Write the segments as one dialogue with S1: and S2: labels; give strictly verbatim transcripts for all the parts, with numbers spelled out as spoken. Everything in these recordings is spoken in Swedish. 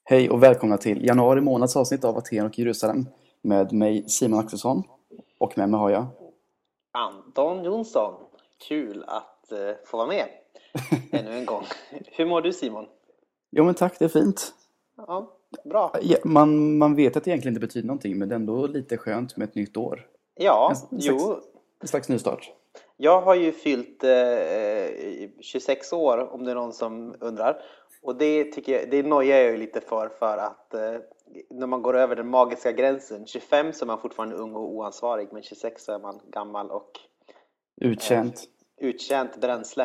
S1: Hej och välkomna till januari månads avsnitt av Aten och Jerusalem med mig Simon Axelsson och med mig har jag
S2: Anton Jonsson. Kul att uh, få vara med ännu en gång. Hur mår du, Simon?
S1: Jo men tack, det är fint.
S2: Ja, bra.
S1: Ja, man, man vet att det egentligen inte betyder någonting, men det är ändå lite skönt med ett nytt år.
S2: Ja,
S1: en, en
S2: jo.
S1: Slags, en slags nystart.
S2: Jag har ju fyllt uh, tjugosex år, om det är någon som undrar. Och det tycker jag, det nojar jag ju lite för, för att uh, när man går över den magiska gränsen, tjugofem så är man fortfarande ung och oansvarig, men tjugosex så är man gammal och
S1: Uttjänt.
S2: Uh, uttjänt bränsle.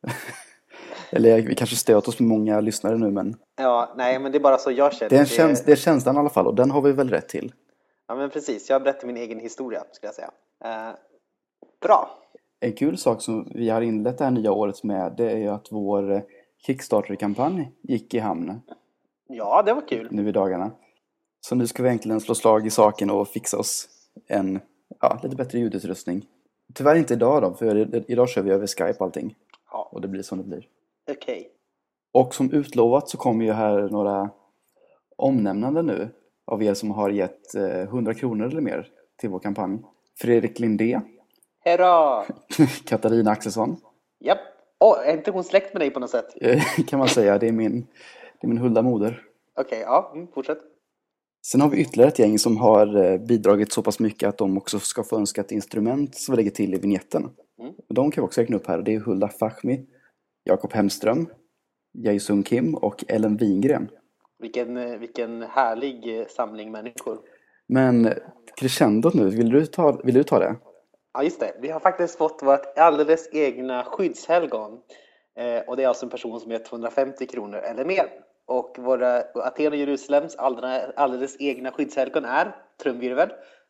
S1: Eller vi kanske stöter oss med många lyssnare nu, men...
S2: Ja, nej, men det är bara så jag känner.
S1: Det är, en käns- det är känslan i alla fall, och den har vi väl rätt till.
S2: Ja, men precis. Jag berättar min egen historia, skulle jag säga. Uh, bra.
S1: En kul sak som vi har inlett det här nya året med, det är ju att vår Kickstarter-kampanj gick i hamn.
S2: Ja, det var kul.
S1: Nu i dagarna. Så nu ska vi egentligen slå slag i saken och fixa oss en ja, lite bättre ljudutrustning. Tyvärr inte idag då, för idag kör vi över Skype allting.
S2: Ja.
S1: Och det blir som det blir.
S2: Okej. Okay.
S1: Och som utlovat så kommer ju här några omnämnanden nu av er som har gett eh, hundra kronor eller mer till vår kampanj. Fredrik Lindé.
S2: Hurra!
S1: Katarina Axelsson.
S2: Japp. Åh, oh, är inte hon släkt med dig på något sätt?
S1: Kan man säga, det är min, det är min hulda moder.
S2: Okej, okay, ja, mm, fortsätt.
S1: Sen har vi ytterligare ett gäng som har bidragit så pass mycket att de också ska få önska ett instrument som vi lägger till i vignetten. Mm. De kan vi också räkna upp här. Det är Hulda Fahmi, Jakob Hemström, Jae-Sung Kim och Ellen Wingren.
S2: Vilken, vilken härlig samling människor.
S1: Men crescendot nu, vill du ta, vill du ta det?
S2: Ja, just det. Vi har faktiskt fått vårt alldeles egna skyddshelgon. Eh, och det är alltså en person som ger tvåhundrafemtio kronor eller mer. Och våra Aten och Jerusalems alldeles, alldeles egna skyddshelgon är, trumvirvel,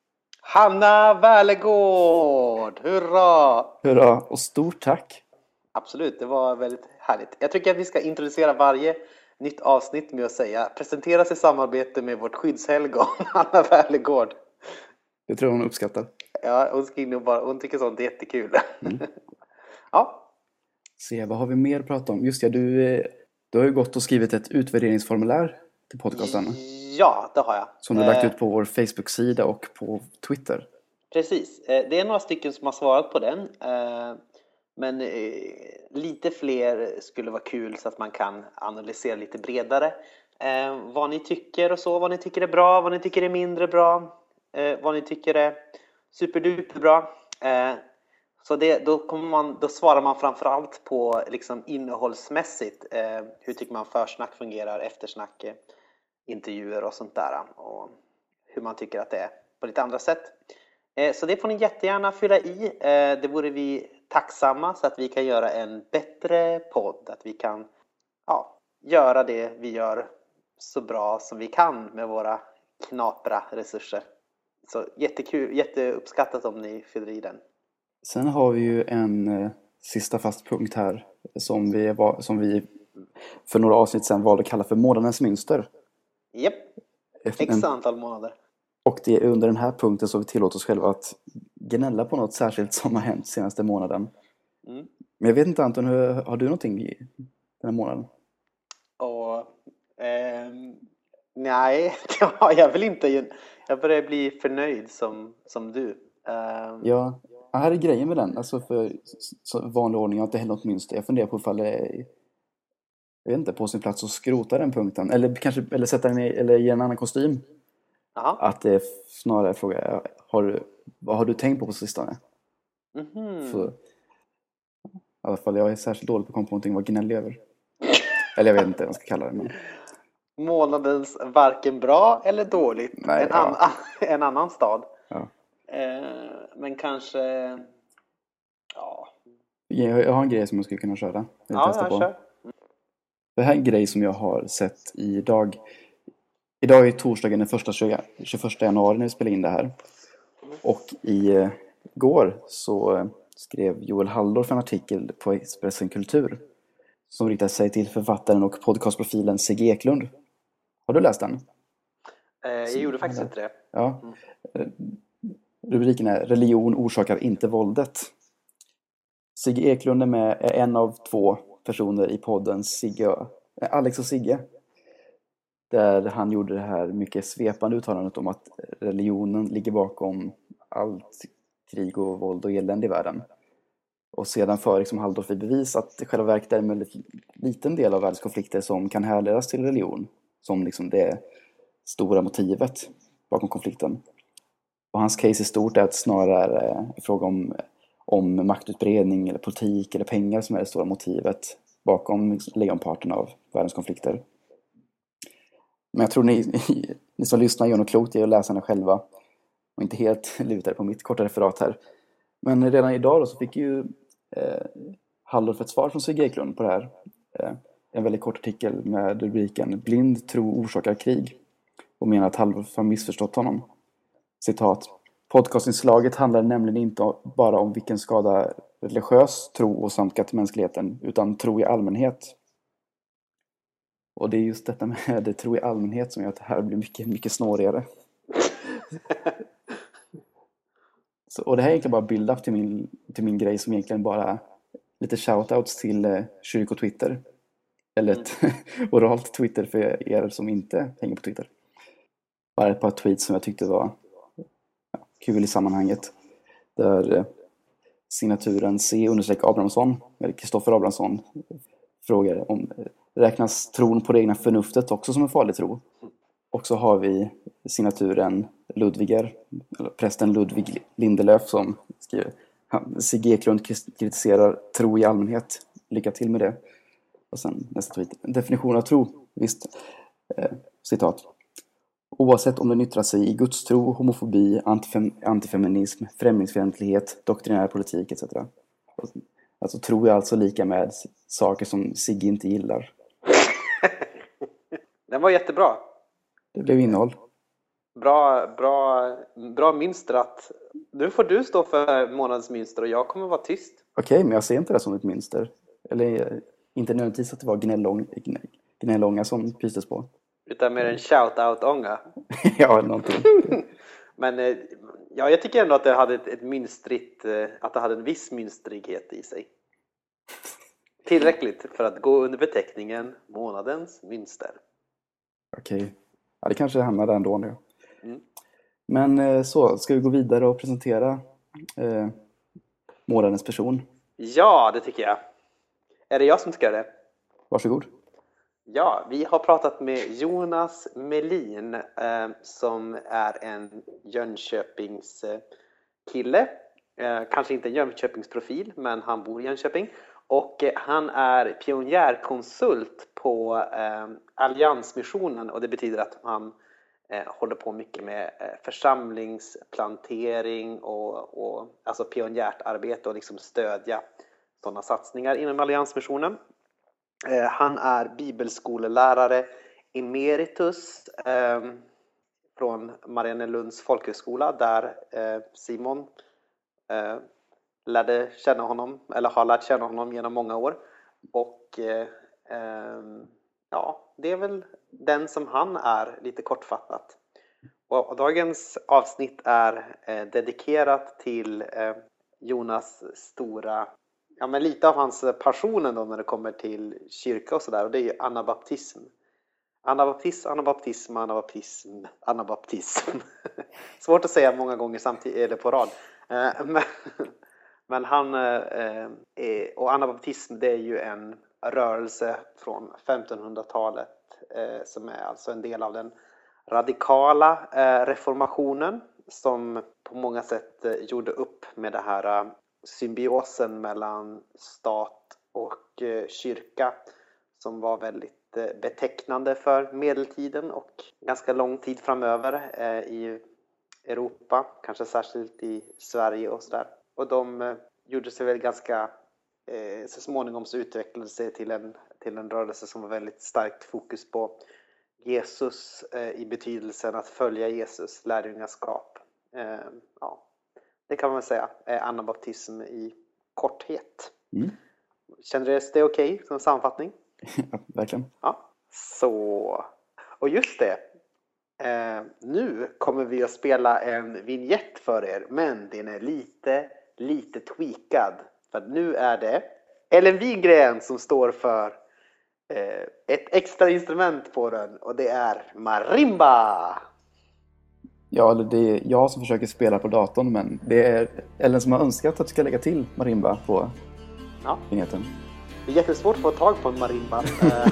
S2: Hanna Välegård! Hurra!
S1: Hurra! Och stort tack!
S2: Absolut, det var väldigt härligt. Jag tycker att vi ska introducera varje nytt avsnitt med att säga presentera sig i samarbete med vårt skyddshelgon, Hanna Välegård.
S1: Det tror jag hon uppskattar.
S2: Ja, hon, ska in och bara, hon tycker sånt är jättekul. Mm. Ja.
S1: Se, vad har vi mer att prata om? Just ja, du, du har ju gått och skrivit ett utvärderingsformulär till podcasten.
S2: Ja, det har jag.
S1: Som du har lagt ut på vår Facebook-sida och på Twitter.
S2: Precis. Det är några stycken som har svarat på den. Men lite fler skulle vara kul så att man kan analysera lite bredare. Vad ni tycker och så. Vad ni tycker är bra, vad ni tycker är mindre bra. Vad ni tycker är superduper bra. Så det, då, kommer man, då svarar man framförallt på liksom innehållsmässigt. Hur tycker man försnack fungerar, eftersnack, intervjuer och sånt där. Och hur man tycker att det är på lite andra sätt. Så det får ni jättegärna fylla i. Det vore vi tacksamma så att vi kan göra en bättre podd. Att vi kan ja, göra det vi gör så bra som vi kan med våra knapra resurser. Så jättekul, jätteuppskattat om ni fyller i den.
S1: Sen har vi ju en eh, sista fast punkt här som vi, var, som vi för några avsnitt sedan valde att kalla för månadens mönster.
S2: Japp, x antal månader.
S1: Och det är under den här punkten så vi tillåter oss själva att gnälla på något särskilt som har hänt senaste månaden. Mm. Men jag vet inte Anton, hur, har du någonting i den här månaden?
S2: Och, eh, nej, det har jag väl inte. Jag börjar bli förnöjd som, som du.
S1: Uh, ja, här är grejen med den. Alltså för så vanlig ordning har inte heller något mönster. Jag funderar på ifall det är, jag vet inte, på sin plats att skrota den punkten. Eller kanske eller sätta den i, eller ge en annan kostym. Aha. Att det är snarare fråga, har du, vad har du tänkt på på sistone? Mm-hmm. För, i alla fall jag är särskilt dålig på att komma på någonting vad gnällig över. Eller jag vet inte vad jag ska kalla det. Men...
S2: Månadens varken bra eller dåligt.
S1: Nej,
S2: en,
S1: ja.
S2: an- en annan stad.
S1: Ja.
S2: Eh, men kanske... Ja.
S1: Jag har en grej som jag skulle kunna köra. Jag
S2: ja,
S1: testa
S2: jag
S1: på.
S2: kör.
S1: Det här är en grej som jag har sett idag. Idag är torsdagen den första tjugoförsta januari när vi spelar in det här. Och i går så skrev Joel Halldorf en artikel på Expressen Kultur som riktar sig till författaren och podcastprofilen Sigge Eklund. Har du läst den?
S2: Eh, jag som, gjorde faktiskt inte det.
S1: Ja. Mm. Rubriken är Religion orsakar inte våldet. Sigge Eklund är med, är en av två personer i podden Sigge, Alex och Sigge. Där han gjorde det här mycket svepande uttalandet om att religionen ligger bakom allt krig och våld och elände i världen. Och sedan för liksom Halldorf i bevis att i själva verket är en väldigt liten del av världens konflikter som kan härledas till religion. Som liksom det stora motivet bakom konflikten. Och hans case i stort är att snarare är en fråga om, om maktutbredning eller politik eller pengar som är det stora motivet bakom lejonparten av världens konflikter. Men jag tror ni, ni som lyssnar gör något klokt i att läsa henne själva. Och inte helt lutade på mitt korta referat här. Men redan idag då så fick ju eh, Halldorf ett svar från Sigge Eklund på det här. Eh, en väldigt kort artikel med rubriken "Blind tro orsakar krig" och menar att Halldorf har missförstått honom. Citat: "Podcastinslaget handlar nämligen inte bara om vilken skada religiös tro åsamkat mänskligheten, utan tro i allmänhet." Och det är just detta med det tro i allmänhet som gör att det här blir mycket, mycket snårigare. Så, och det här är egentligen bara build-up till min, till min grej som egentligen bara är lite shoutouts till eh, kyrko-Twitter. Eller ett mm. oralt Twitter för er som inte hänger på Twitter. Bara ett par tweets som jag tyckte var ja, kul i sammanhanget. Där eh, signaturen C understreck Abrahamsson, eller Kristoffer Abrahamsson, frågar om eh, räknas tron på det egna förnuftet också som en farlig tro. Och så har vi signaturen Ludviger, eller prästen Ludvig Lindelöf som skriver: Sigge Eklund kritiserar tro i allmänhet. Lycka till med det. Och sen nästa tweet. Definition av tro. Visst. Eh, citat. "Oavsett om den yttrar sig i gudstro, homofobi, antifem antifeminism, främlingsfientlighet, doktrinär politik et cetera" Alltså tro är alltså lika med saker som Sigge inte gillar.
S2: Den var jättebra.
S1: Det blev innehåll.
S2: Bra, bra, bra mönstrat. Nu får du stå för månadens mönster och jag kommer vara tyst.
S1: Okej, men jag ser inte det som ett mönster. Eller inte nödvändigtvis att det var gnällång, gnällånga som pystes på.
S2: Utan mer en shout-out-ånga.
S1: Ja, eller någonting.
S2: Men ja, jag tycker ändå att det hade ett, ett mönstrigt, att det hade en viss mönstrighet i sig. Tillräckligt för att gå under beteckningen månadens mönster.
S1: Okej. Ja, det kanske hamnar där ändå nu.
S2: Mm.
S1: Men så, ska vi gå vidare och presentera eh, månadens person?
S2: Ja, det tycker jag. Är det jag som ska göra det?
S1: Varsågod.
S2: Ja, vi har pratat med Jonas Melin eh, som är en Jönköpings eh, kille. Eh, kanske inte en Jönköpingsprofil, men han bor i Jönköping. Och eh, han är pionjärkonsult på eh, Alliansmissionen, och det betyder att han eh, håller på mycket med eh, församlingsplantering och, och alltså pionjärt arbete och liksom stödja sådana satsningar inom Alliansmissionen. Eh, han är bibelskolelärare emeritus eh, från Mariannelunds folkhögskola där eh, Simon eh, lärde känna honom, eller har lärt känna honom genom många år. Och eh, eh, ja, det är väl den som han är, lite kortfattat. Och, och dagens avsnitt är eh, dedikerat till eh, Jonas stora, ja men lite av hans passionen då när det kommer till kyrka och sådär, och det är ju anabaptism. Anabaptism, anabaptism, anabaptism, anabaptism. Svårt att säga många gånger samtidigt, eller på rad. Men, men han, är, och anabaptism, det är ju en rörelse från femtonhundratalet som är alltså en del av den radikala reformationen som på många sätt gjorde upp med det här symbiosen mellan stat och kyrka som var väldigt betecknande för medeltiden och ganska lång tid framöver i Europa, kanske särskilt i Sverige och sådär. Och de gjorde sig väl ganska, så småningom så utvecklade sig till en, till en rörelse som var väldigt starkt fokus på Jesus i betydelsen att följa Jesus, lärjungaskap. Ja. Det kan man säga är anabaptism i korthet. Mm. Känner du det okej okay, som sammanfattning?
S1: Ja, verkligen.
S2: Ja, så. Och just det. Eh, nu kommer vi att spela en vignett för er. Men den är lite, lite tweakad. För nu är det Ellen Wigren som står för eh, ett extra instrument på den och det är marimba.
S1: Ja, eller det är jag som försöker spela på datorn, men det är Ellen som har önskat att du ska lägga till marimba på
S2: Ja.
S1: vinjetten.
S2: Det är jättesvårt att få tag på en marimba. Eh.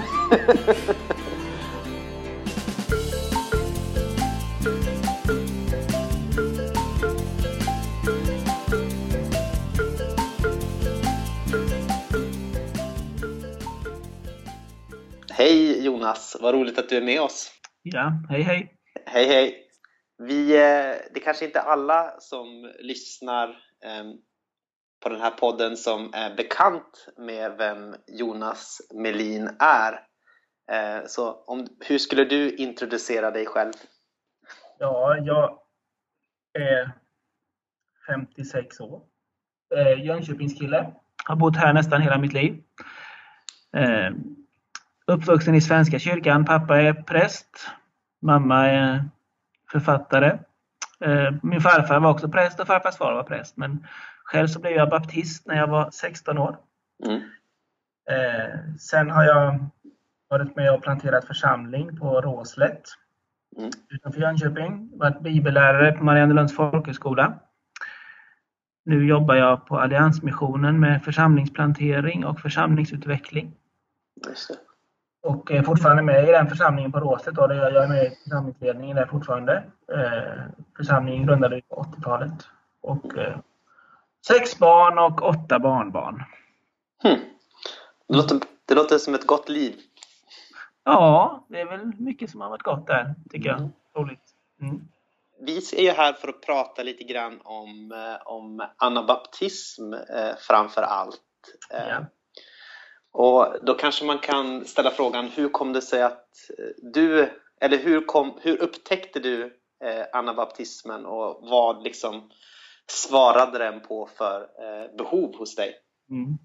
S2: Hej Jonas, vad roligt att du är med oss.
S3: Ja, hej hej.
S2: Hej hej. Vi, eh, det kanske inte alla som lyssnar eh, på den här podden som är bekant med vem Jonas Melin är. Eh, så om, hur skulle du introducera dig själv?
S3: Ja, jag är femtiosex år. Eh, Jönköpingskille. Har bott här nästan hela mitt liv. Eh, uppvuxen i Svenska kyrkan. Pappa är präst. Mamma är författare. Eh, min farfar var också präst och farfars far var präst. Men själv så blev jag baptist när jag var sexton år.
S2: Mm.
S3: Eh, sen har jag varit med och planterat församling på Råslätt.
S2: Mm.
S3: Utanför Jönköping. Varit bibellärare på Mariannelunds folkhögskola. Nu jobbar jag på Alliansmissionen med församlingsplantering och församlingsutveckling.
S2: Just det.
S3: Och är fortfarande med i den församlingen på Råslätt. Jag är med i församlingsledningen där fortfarande. Församlingen grundade på åttiotalet. Och sex barn och åtta barnbarn.
S2: Hmm. Det, låter, det låter som ett gott liv.
S3: Ja, det är väl mycket som har varit gott där, tycker jag. Roligt. Mm.
S2: Vi är ju här för att prata lite grann om, om anabaptism eh, framför allt. Eh,
S3: Ja.
S2: Och då kanske man kan ställa frågan, hur kom det sig att du, eller hur, kom, hur upptäckte du eh, anabaptismen och vad liksom svarade den på för eh, behov hos dig?
S3: Mm.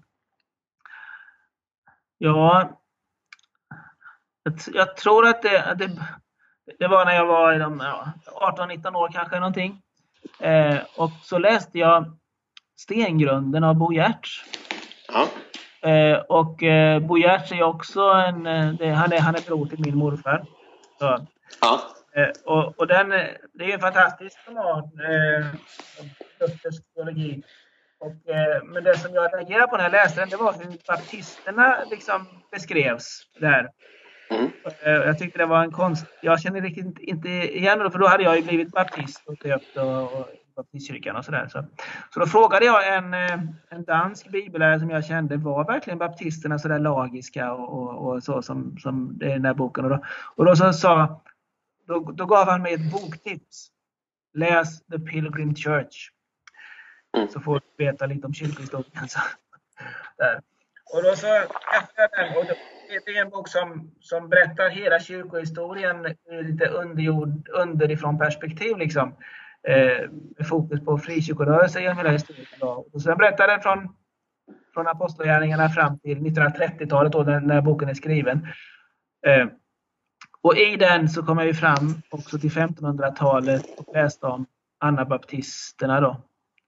S3: Ja, jag, jag tror att det, det, det var när jag var i de ja, arton nitton år kanske någonting. Eh, och så läste jag Stengrunden av Bo Giertz.
S2: Ja.
S3: Eh, och eh, Bo Giertz är också en, det, han, är, han är bror till min morfar. Så,
S2: Ja.
S3: eh, och, och den, det är ju en fantastisk roman, eh, Luthers teologi. Och, eh, men det som jag reagerade på när jag läste den, det var hur baptisterna liksom beskrevs där.
S2: Mm.
S3: Eh, jag tyckte det var en konst. Jag känner riktigt inte igen det, för då hade jag ju blivit baptist och döpt och, och baptistkyrkan och sådär. Så, så då frågade jag en, en dansk bibellärare som jag kände var verkligen baptisterna sådär lagiska och, och, och så som, som det är i den här boken. Och då, och då så sa, då, då gav han mig ett boktips. Läs The Pilgrim Church.
S2: Mm.
S3: Så får du veta lite om kyrkohistorien. Så, där. Och då så efter den, och då, det är en bok som, som berättar hela kyrkohistorien i lite underjord, underifrån perspektiv liksom. Eh, med fokus på frikyrkorörelsen genom hela historien. Och sen berättar den från, från apostlagärningarna fram till nittonhundratrettiotalet då, när, när boken är skriven. Eh, och i den så kommer vi fram också till femtonhundratalet och läste om anabaptisterna då.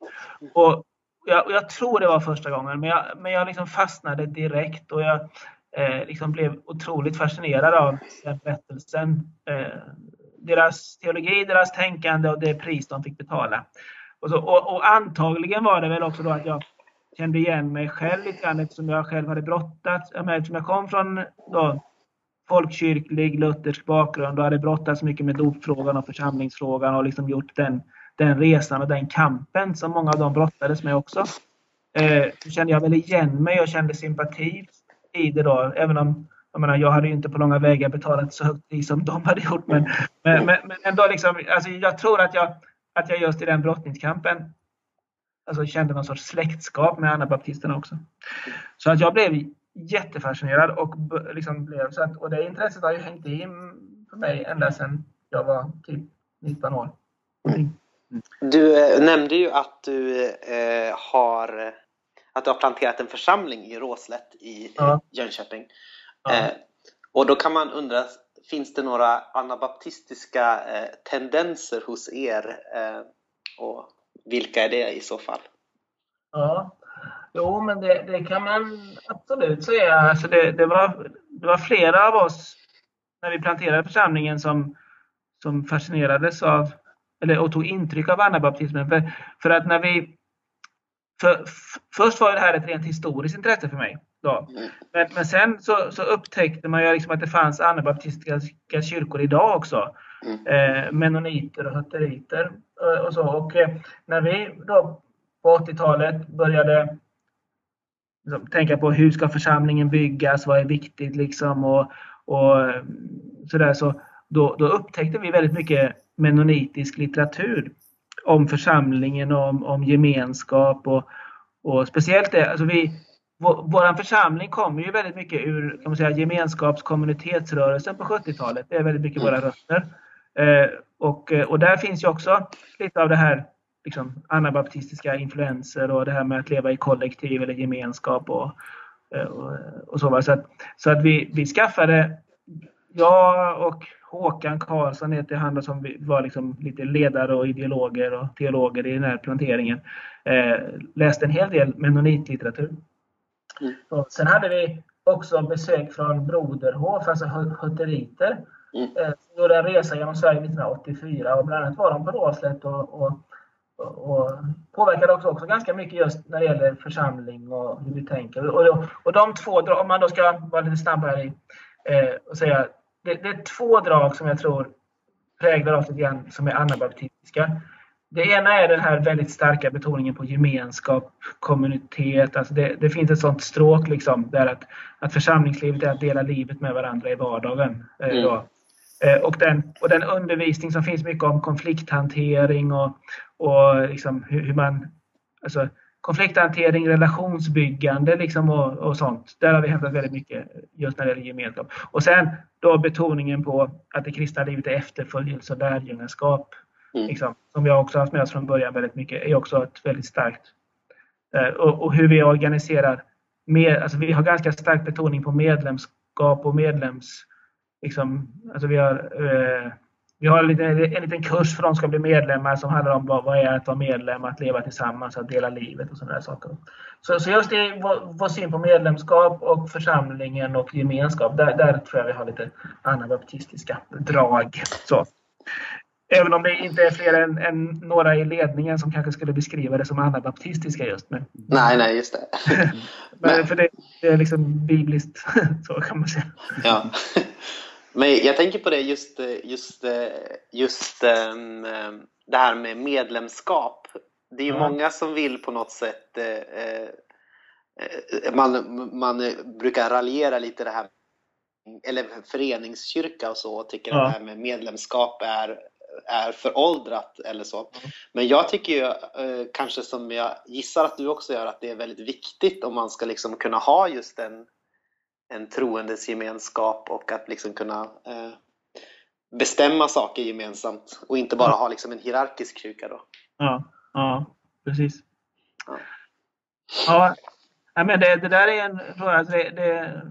S3: Och jag, jag tror det var första gången, men jag, men jag liksom fastnade direkt och jag eh, liksom blev otroligt fascinerad av den berättelsen. Eh, deras teologi, deras tänkande och det pris de fick betala. Och, så, och, och antagligen var det väl också då att jag kände igen mig själv lite grann, eftersom jag själv hade brottats, eftersom jag kom från då, folkkyrklig, luthersk bakgrund och hade brottats mycket med dopfrågan och församlingsfrågan och liksom gjort den, den resan och den kampen som många av dem brottades med också. Eh, så kände jag väl igen mig och kände sympati i det då, även om jag menar, jag hade ju inte på långa vägar betalat så högt pris som de hade gjort, men, men, men, men ändå liksom, alltså jag tror att jag, att jag just i den brottningskampen alltså kände någon sorts släktskap med anabaptisterna också. Så att jag blev jättefascinerad och liksom blev så att, och det intresset har ju hängt i för mig ända sedan jag var typ nitton år. Mm.
S2: Du eh, nämnde ju att du eh, har att du har planterat en församling i Råslätt i
S3: Ja.
S2: Jönköping.
S3: Ja.
S2: Eh, och då kan man undra, finns det några anabaptistiska eh, tendenser hos er? Eh, och vilka är det i så fall?
S3: Ja, jo men det, det kan man absolut säga. Alltså det, det, var, det var flera av oss när vi planterade församlingen som, som fascinerades av, eller och tog intryck av anabaptismen. För, för att när vi, för, f, först var det här ett rent historiskt intresse för mig. Då. Men, men sen så, så upptäckte man ju liksom att det fanns anabaptistiska kyrkor idag också. Eh, menoniter och hutteriter och, och så. Och eh, när vi då på åttiotalet började liksom tänka på hur ska församlingen byggas, vad är viktigt liksom och, och sådär, så då, då upptäckte vi väldigt mycket menonitisk litteratur om församlingen och om, om gemenskap och, och speciellt det, alltså vi vår, vår församling kommer ju väldigt mycket ur, kan man säga, gemenskapskommunitetsrörelsen på sjuttiotalet. Det är väldigt mycket våra rötter. Eh, och, och där finns ju också lite av det här liksom, anabaptistiska influenser och det här med att leva i kollektiv eller gemenskap och, och, och så. Så att, så att vi, vi skaffade, jag och Håkan Karlsson heter han som var liksom lite ledare och ideologer och teologer i den här planteringen, eh, läste en hel del menonitlitteratur. Mm. Och sen hade vi också besök från Broderhof, alltså hutteriter. Mm. Eh, som gjorde en resa genom Sverige nittonhundraåttiofyra och bland annat var de på Råslätt och, och, och, och påverkade också, också ganska mycket just när det gäller församling och hur vi tänker. Och, och de två, om man då ska vara lite snabbare i, eh, och säga, det, det är två drag som jag tror präglar oss lite grann som är anabaptistiska. Det ena är den här väldigt starka betoningen på gemenskap, kommunitet. Alltså det, det finns ett sånt stråk liksom, där att, att församlingslivet är att dela livet med varandra i vardagen. Mm. Då. Och, den, och den undervisning som finns mycket om konflikthantering och, och liksom hur, hur man... Alltså, konflikthantering, relationsbyggande liksom och, och sånt. Där har vi hämtat väldigt mycket just när det gäller gemenskap. Och sen då betoningen på att det kristna livet är efterföljelse och lärjungaskap. Mm. Liksom, som jag också haft med oss från början väldigt mycket, är också ett väldigt starkt. Eh, och, och hur vi organiserar. Med, alltså vi har ganska stark betoning på medlemskap och medlems... Liksom, alltså vi har... Eh, Vi har en liten, en liten kurs för de som ska bli medlemmar som handlar om vad, vad är att vara medlem, att leva tillsammans, att dela livet och sådana saker. Så, så just det, vår, vår syn på medlemskap och församlingen och gemenskap, där, där tror jag vi har lite anabaptistiska drag. Så. Även om det inte är fler än, än några i ledningen som kanske skulle beskriva det som anabaptistiska just nu.
S2: Nej, nej, just det.
S3: Men för det, det är liksom bibliskt, så kan man säga.
S2: Ja. Men jag tänker på det just, just, just um, det här med medlemskap. Det är ju mm. många som vill på något sätt, eh, man, man brukar raljera lite det här, eller föreningskyrka och så, och tycker mm. att det här med medlemskap är, är föråldrat eller så. Mm. Men jag tycker ju, eh, kanske som jag gissar att du också gör, att det är väldigt viktigt om man ska liksom kunna ha just en en troendes gemenskap och att liksom kunna eh, bestämma saker gemensamt och inte bara ja. ha liksom en hierarkisk kyrka då.
S3: Ja, ja, precis. Ja, ja. ja men det, det där är en fråga. Alltså det, det,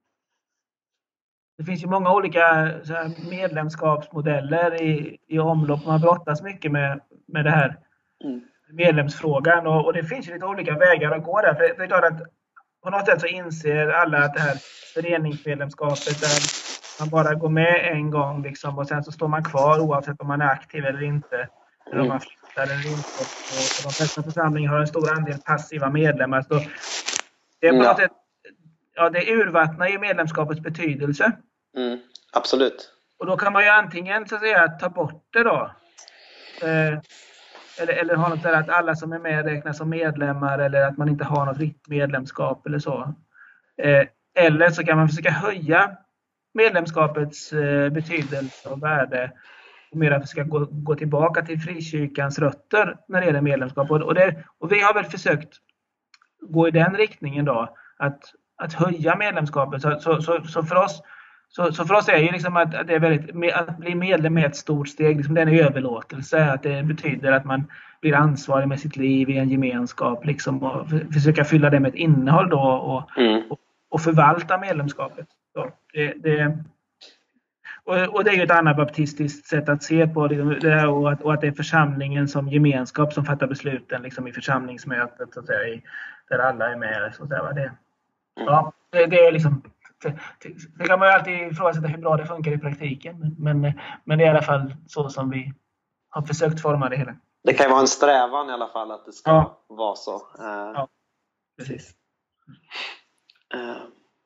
S3: det finns ju många olika så här, medlemskapsmodeller i, i omlopp. Man brottas mycket med, med det här mm. medlemsfrågan och, och det finns ju lite olika vägar att gå där. För det, det är klart att på något sätt så inser alla att det här föreningsmedlemskapet där man bara går med en gång liksom, och sen så står man kvar oavsett om man är aktiv eller inte. Mm. Eller om man flyttar eller inte. Och, och de flesta församlingar har en stor andel passiva medlemmar. Så det är på något sätt, ja, det urvattnar ju medlemskapets betydelse.
S2: Mm, absolut.
S3: Och då kan man ju antingen så att säga ta bort det då. Eh, Eller, eller ha något där att alla som är med räknas som medlemmar eller att man inte har något riktigt medlemskap eller så. Eh, eller så kan man försöka höja medlemskapets eh, betydelse och värde och mer att försöka gå, gå tillbaka till frikyrkans rötter när det gäller medlemskap. Och, och, det, och vi har väl försökt gå i den riktningen då, att, att höja medlemskapet. Så, så, så, så för oss Så, så för oss är det liksom att, att, det är väldigt, att bli medlem är ett stort steg. Liksom det är en överlåtelse. Att det betyder att man blir ansvarig med sitt liv i en gemenskap. Liksom, och för, försöka fylla det med ett innehåll då, och, mm. och, och förvalta medlemskapet. Så det, det, och, och det är ju ett anabaptistiskt sätt att se på liksom, det här, och, att, och att det är församlingen som gemenskap som fattar besluten liksom, i församlingsmötet. Så att säga, i, där alla är med. Så att säga, det, ja, det, det är liksom... Det kan man ju alltid ifrågasätta hur bra det funkar i praktiken. Men, men, men det är i alla fall så som vi har försökt forma det hela.
S2: Det kan ju vara en strävan i alla fall att det ska
S3: ja.
S2: vara så.
S3: Ja, precis.
S2: Uh,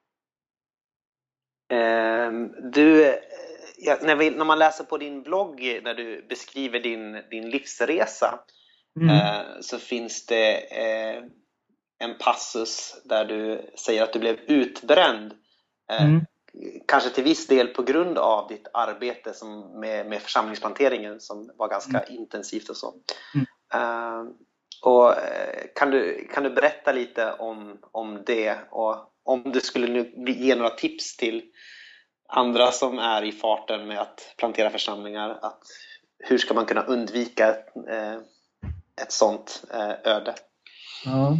S2: uh, du, ja, när, vi, när man läser på din blogg, när du beskriver din, din livsresa, mm. uh, så finns det uh, en passus där du säger att du blev utbränd. Uh, mm. Kanske till viss del på grund av ditt arbete som med, med församlingsplanteringen som var ganska mm. intensivt och så. Mm. Uh, och kan du, kan du berätta lite om, om det, och om du skulle nu ge några tips till andra som är i farten med att plantera församlingar, att hur ska man kunna undvika ett, ett sånt öde?
S3: Ja.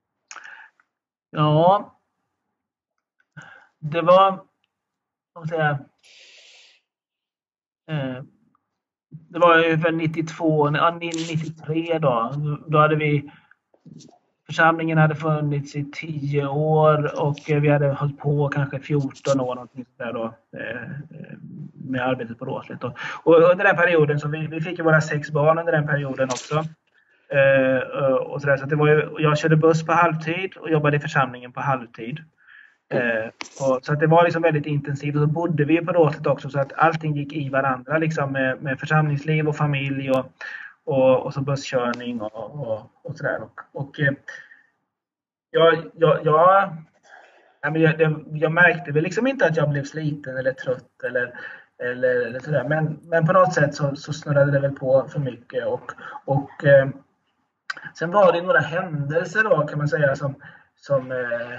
S3: Ja. Det var, vad ska jag säga, eh, det var ju för nittiotvå, nittiotre då. Då hade vi, församlingen hade funnits i tio år och vi hade hållit på kanske fjorton år någonting där då, med arbetet på Råslet. Och, och under den perioden, så vi, vi fick ju våra sex barn under den perioden också. Och så där, så det var ju, jag körde buss på halvtid och jobbade i församlingen på halvtid. Eh, och, så att det var liksom väldigt intensivt, och så bodde vi på Råslet också, så att allting gick i varandra liksom, med, med församlingsliv och familj och, och, och så busskörning och, och, och sådär. Och, och eh, jag, jag, jag, jag, jag, jag märkte väl liksom inte att jag blev sliten eller trött eller, eller, eller sådär, men, men på något sätt så, så snurrade det väl på för mycket. Och, och eh, sen var det några händelser då, kan man säga, som, som eh,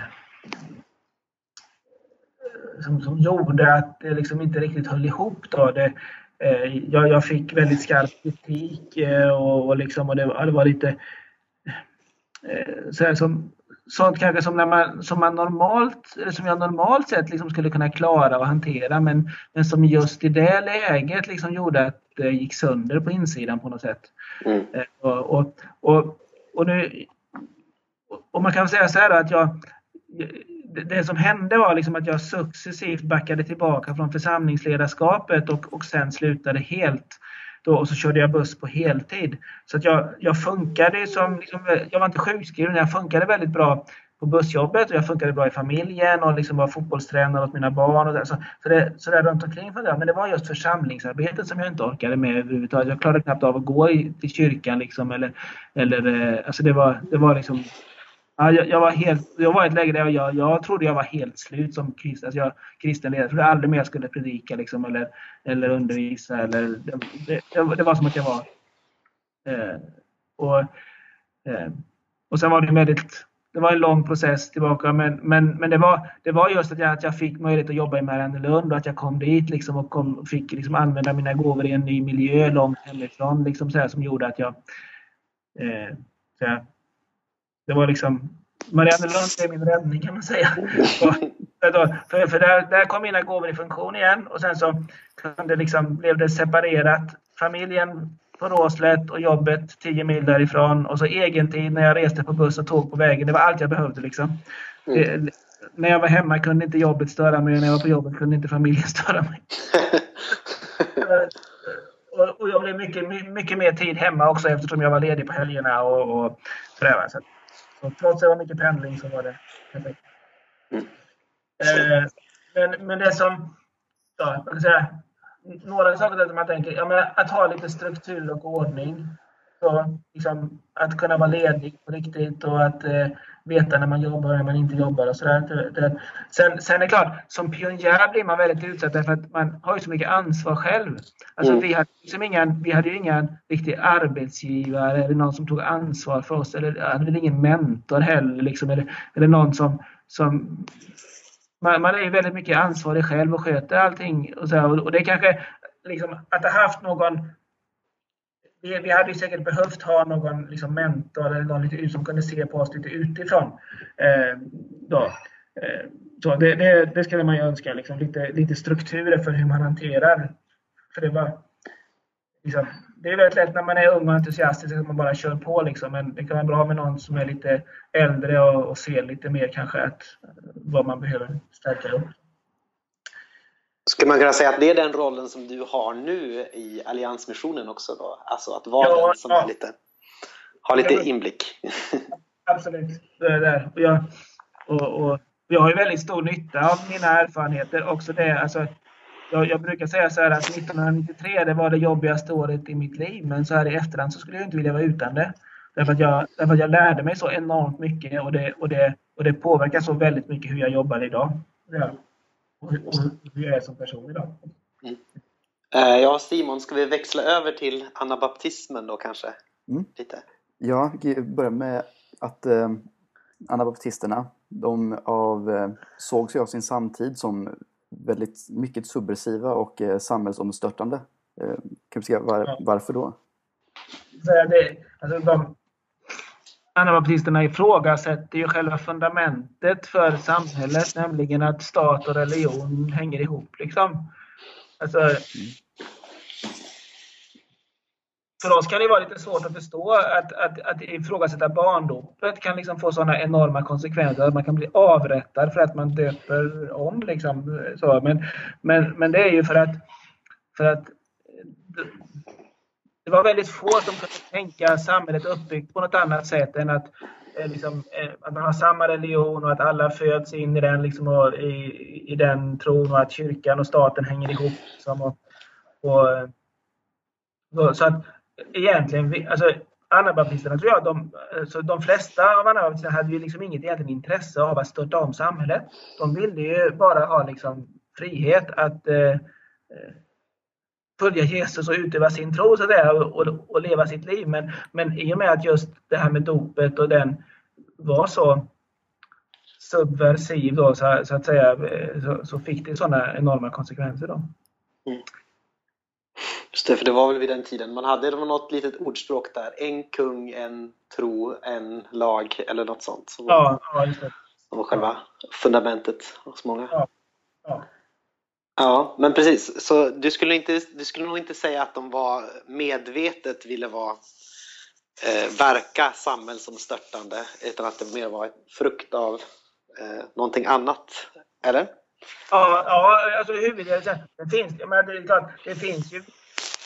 S3: Som, som gjorde att det liksom inte riktigt höll ihop då. Det, eh, jag, jag fick väldigt skarp kritik eh, och, och, liksom, och det, det var lite eh, så här, som, sånt kanske som, när man, som, man normalt, eller som jag normalt sett liksom skulle kunna klara och hantera, men, men som just i det läget liksom gjorde att det gick sönder på insidan på något sätt. Mm. Eh, och, och, och, och, nu, och man kan säga så här att jag det som hände var liksom att jag successivt backade tillbaka från församlingsledarskapet och, och sen slutade helt. Då, och så körde jag buss på heltid. Så att jag, jag funkade som, liksom, jag var inte sjukskriven, jag funkade väldigt bra på bussjobbet och jag funkade bra i familjen och liksom var fotbollstränare åt mina barn. Och där. Så, så, det, så där runt omkring för det. Men det var just församlingsarbetet som jag inte orkade med överhuvudtaget. Jag klarade knappt av att gå i, till kyrkan liksom, eller, eller alltså det var, det var liksom. Ja, jag, jag var helt, jag var i ett läge där jag, jag trodde jag var helt slut som kristen, alltså jag, kristen ledare. Jag trodde aldrig mer jag skulle predika liksom, eller, eller undervisa. Eller, det, det, det var som att jag var. Eh, och, eh, och sen var det väldigt, det var en lång process tillbaka. Men, men, men det, var, det var just att jag, att jag fick möjlighet att jobba i Mariannelund och att jag kom dit liksom, och kom, fick liksom, använda mina gåvor i en ny miljö långt hemifrån. Liksom, så här, som gjorde att jag... Eh, så här, det var liksom, Mariannelund är min räddning kan man säga. Och, för för där, där kom mina gåvor i funktion igen. Och sen så kunde liksom, blev det separerat. Familjen på Råslet och jobbet tio mil därifrån. Och så egen tid när jag reste på buss och tåg på vägen. Det var allt jag behövde liksom. Det, när jag var hemma kunde inte jobbet störa mig. Och när jag var på jobbet kunde inte familjen störa mig. och, och jag blev mycket, mycket mer tid hemma också eftersom jag var ledig på helgerna och, och sådär. Så Så trots att det var mycket pendling så var det perfekt. Mm. Eh, men, men det som, ja, jag kan säga, några saker som man tänker, ja, men att ha lite struktur och ordning. Så, liksom, att kunna vara ledig på riktigt och att eh, veta när man jobbar och när man inte jobbar och sådär. Sen, sen är det klart, som pionjär blir man väldigt utsatt därför att man har ju så mycket ansvar själv. Alltså mm. vi, hade liksom ingen, vi hade ju ingen riktig arbetsgivare eller någon som tog ansvar för oss. Eller hade väl ingen mentor heller. Liksom, eller, eller någon som... som man, man är ju väldigt mycket ansvarig själv och sköter allting. Och, så här, och det är kanske liksom, att ha haft någon... Vi, vi hade ju säkert behövt ha någon liksom, mentor eller någon lite, som kunde se på oss lite utifrån. Eh, då. Eh, så det, det, det skulle man ju önska. Liksom, lite, lite strukturer för hur man hanterar. För det var... Liksom, det är väldigt lätt när man är ung och entusiastisk att man bara kör på. Liksom, men det kan vara bra med någon som är lite äldre och, och ser lite mer kanske att, vad man behöver stärka upp.
S2: Ska man kunna säga att det är den rollen som du har nu i alliansmissionen också då? Alltså att vara
S3: Ja,
S2: den som
S3: ja.
S2: är lite, har lite
S3: Ja, men-
S2: inblick.
S3: Absolut, det är där. Och jag, och, och jag har ju väldigt stor nytta av mina erfarenheter. Också det, alltså, jag, jag brukar säga så här att nittonhundranittiotre det var det jobbigaste året i mitt liv. Men så här i efterhand så skulle jag inte vilja vara utan det. Därför att jag, därför att jag lärde mig så enormt mycket och det, och, det, och det påverkar så väldigt mycket hur jag jobbar idag. Ja. Och, hur- och hur jag är som person idag.
S2: Eh, Ja, Simon, ska vi växla över till anabaptismen då kanske?
S1: Mm.
S2: Lite.
S1: Ja, vi börjar med att eh, anabaptisterna, de av, eh, såg sig av sin samtid som väldigt mycket subversiva och eh, samhällsomstörtande. Eh, kan vi säga var,
S3: Ja.
S1: varför då?
S3: Så det, alltså de, anabaptisterna ifrågasätter ju själva fundamentet för samhället, nämligen att stat och religion hänger ihop. Liksom. Alltså, för oss kan det vara lite svårt att förstå att, att, att ifrågasätta barndopet kan liksom få sådana enorma konsekvenser att man kan bli avrättad för att man döper om. Liksom. Så, men, men, men det är ju för att, för att det, det var väldigt få som kunde tänka samhället uppbyggt på något annat sätt än att, eh, liksom, eh, att man har samma religion och att alla föds in i den, liksom, och i, i den tron och att kyrkan och staten hänger ihop. Liksom, och, och, och, så att egentligen, vi- alltså, anabaptisterna tror jag, de, så de flesta av anabaptisterna hade ju liksom inget egentligen intresse av att störta om samhället. De ville ju bara ha liksom, frihet att eh, eh, följa Jesus och utöva sin tro så där, och, och, och leva sitt liv. Men, men i och med att just det här med dopet och den var så subversiv då, så, så att säga, eh, så, så fick det sådana enorma konsekvenser då.
S2: Just det, för det var väl vid den tiden man hade, det var något litet ordspråk där. En kung, en tro, en lag eller något sånt. Som var,
S3: Ja, ja, just det.
S2: som var själva fundamentet hos många.
S3: Ja, ja.
S2: Ja, men precis. Så du skulle, inte, du skulle nog inte säga att de var medvetet ville vara, eh, verka samhällsomstörtande, utan att det mer var ett frukt av eh, någonting annat, eller?
S3: Ja, ja, alltså huvuddelen, det finns, jag menar, det, är klart, det finns ju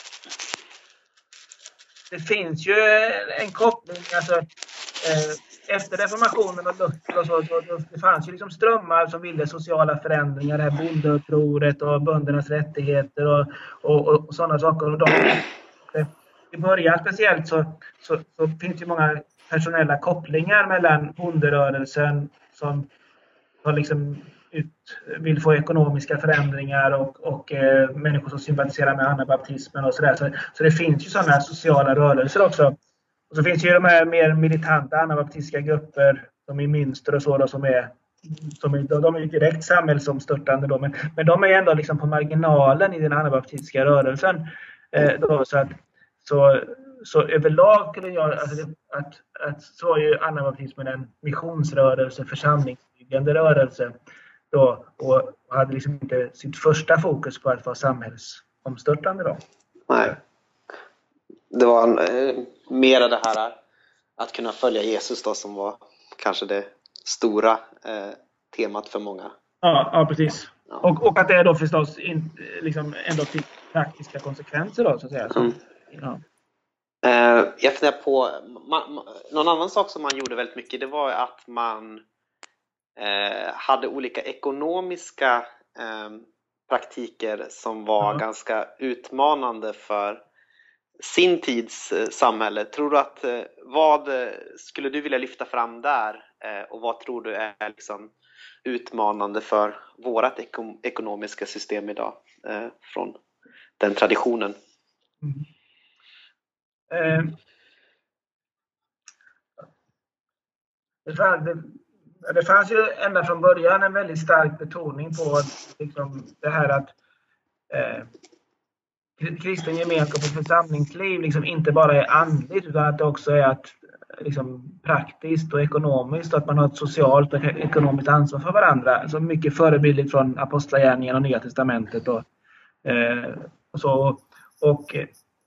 S3: det finns ju en koppling, alltså eh, efter reformationen och Luther och så, så, så det fanns ju liksom strömmar som ville sociala förändringar, det här bondeupproret och böndernas rättigheter och, och, och, och sådana saker. Och de, i början speciellt så, så, så finns det många personella kopplingar mellan bonderörelsen som har liksom ut, vill få ekonomiska förändringar och, och eh, människor som sympatiserar med anabaptismen och sådär. Så, så det finns ju sådana sociala rörelser också. Och så finns ju de här mer militanta anabaptistiska grupper som i Münster och så då, som är som är, de är ju direkt samhällsomstörtande då, men, men de är ändå liksom på marginalen i den anabaptistiska rörelsen. Eh, då, så att så, så överlag skulle jag, alltså det, att, att så är ju anabaptismen en missionsrörelse, församlingsbyggande rörelse då, och hade liksom inte sitt första fokus på att vara samhällsomstörtande då.
S2: Nej. Det var eh, mera det här att kunna följa Jesus då, som var kanske det stora eh, temat för många.
S3: Ja, ja precis.
S2: Ja.
S3: Och, och att det är då förstås in, liksom ändå till praktiska konsekvenser då, så att säga. Så,
S2: Mm.
S3: ja.
S2: Eh, jag funderar på man, man, någon annan sak som man gjorde väldigt mycket, det var att man eh, hade olika ekonomiska eh, praktiker som var
S3: Ja.
S2: ganska utmanande för sin tids eh, samhälle. Tror du att eh, vad eh, skulle du vilja lyfta fram där, eh, och vad tror du är liksom utmanande för vårat eko- ekonomiska system idag, eh, från den traditionen?
S3: Mm. Eh, det, fanns, det, det fanns ju ända från början en väldigt stark betoning på liksom, det här att eh, kristen gemenskap och församlingsliv liksom inte bara är andligt, utan att det också är att, liksom, praktiskt och ekonomiskt, och att man har ett socialt och ekonomiskt ansvar för varandra. Alltså mycket förebildigt från Apostlagärningarna och Nya testamentet och, eh, och så. Och,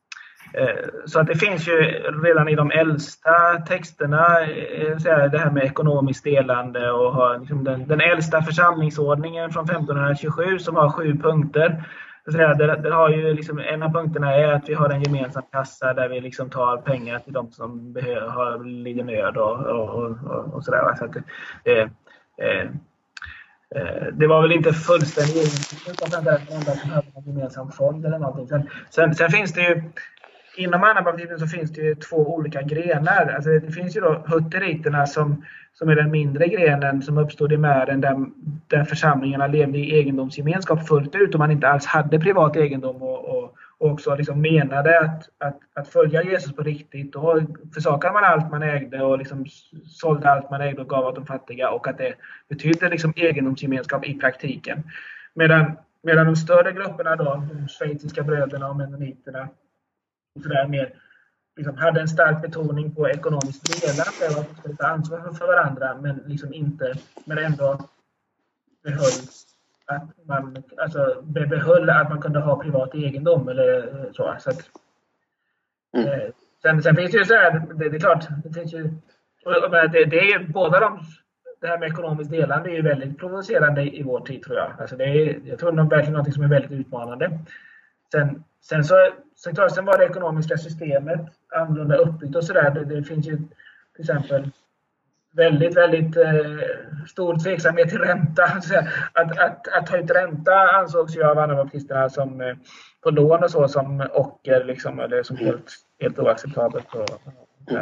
S3: Så att det finns ju redan i de äldsta texterna det här med ekonomiskt delande och har liksom den, den äldsta församlingsordningen från femtonhundratjugosju som har sju punkter. Så där, där har ju liksom, en av punkterna är att vi har en gemensam kassa där vi liksom tar pengar till de som behöver, har lider nöd och, och, och, och sådär. Så att det, eh, eh, det var väl inte fullständigt utan det enda som hade en gemensam fond eller någonting. Sen, sen, sen finns det ju inom anabaptismen så finns det ju två olika grenar. Alltså det finns ju då hutteriterna som, som är den mindre grenen som uppstod i Mähren där, där församlingarna levde i egendomsgemenskap fullt ut och man inte alls hade privat egendom och, och, och också liksom menade att, att, att följa Jesus på riktigt. Då försakade man allt man ägde och liksom sålde allt man ägde och gav åt de fattiga och att det betydde liksom egendomsgemenskap i praktiken. Medan, medan de större grupperna då, de schweiziska bröderna och mennoniterna och sådär mer liksom hade en stark betoning på ekonomiskt delande och att man skulle ta ansvar för varandra men liksom inte, men ändå behöll att man alltså behöll att man kunde ha privat egendom eller så. Så att, mm. eh, sen, sen finns det ju så här, det, det är klart, det finns ju det, det är ju båda de, det här med ekonomiskt delande är ju väldigt provocerande i, i vår tid tror jag. Alltså det är, jag tror det är verkligen något som är väldigt utmanande. Sen, sen så sen, klart, sen var det ekonomiska systemet annorlunda uppbyggt och sådär. Det, det finns ju till exempel väldigt, väldigt eh, stor tveksamhet till ränta. Att, att, att ta ut ränta ansågs ju av anabaptisterna som eh, på lån och så som ocker liksom, eller som helt, helt oacceptabelt. Och, och,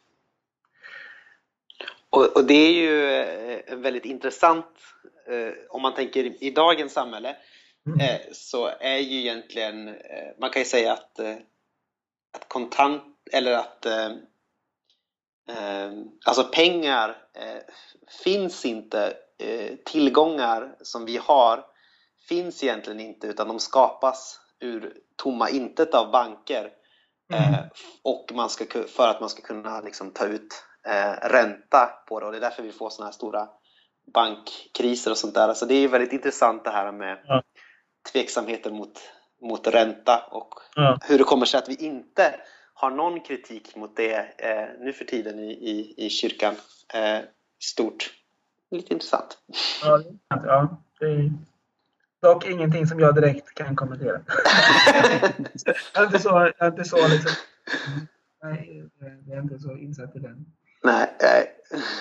S2: och, och det är ju eh, väldigt intressant eh, om man tänker i dagens samhälle. Mm. Eh, så är ju egentligen eh, man kan ju säga att, eh, att kontant eller att eh, eh, alltså pengar eh, finns inte, eh, tillgångar som vi har finns egentligen inte utan de skapas ur tomma intet av banker. Mm. eh, och man ska, för att man ska kunna liksom, ta ut eh, ränta på det och det är därför vi får såna här stora bankkriser och sånt där. Så det är ju väldigt intressant det här med ja. tveksamheten mot, mot ränta och ja. hur det kommer sig att vi inte har någon kritik mot det eh, nu för tiden i, i, i kyrkan eh, stort. Lite intressant.
S3: Ja, ja, det är dock ingenting som jag direkt kan kommentera. jag är inte så, jag är inte så liksom, nej, jag är inte så insatt i den.
S2: Nej, nej.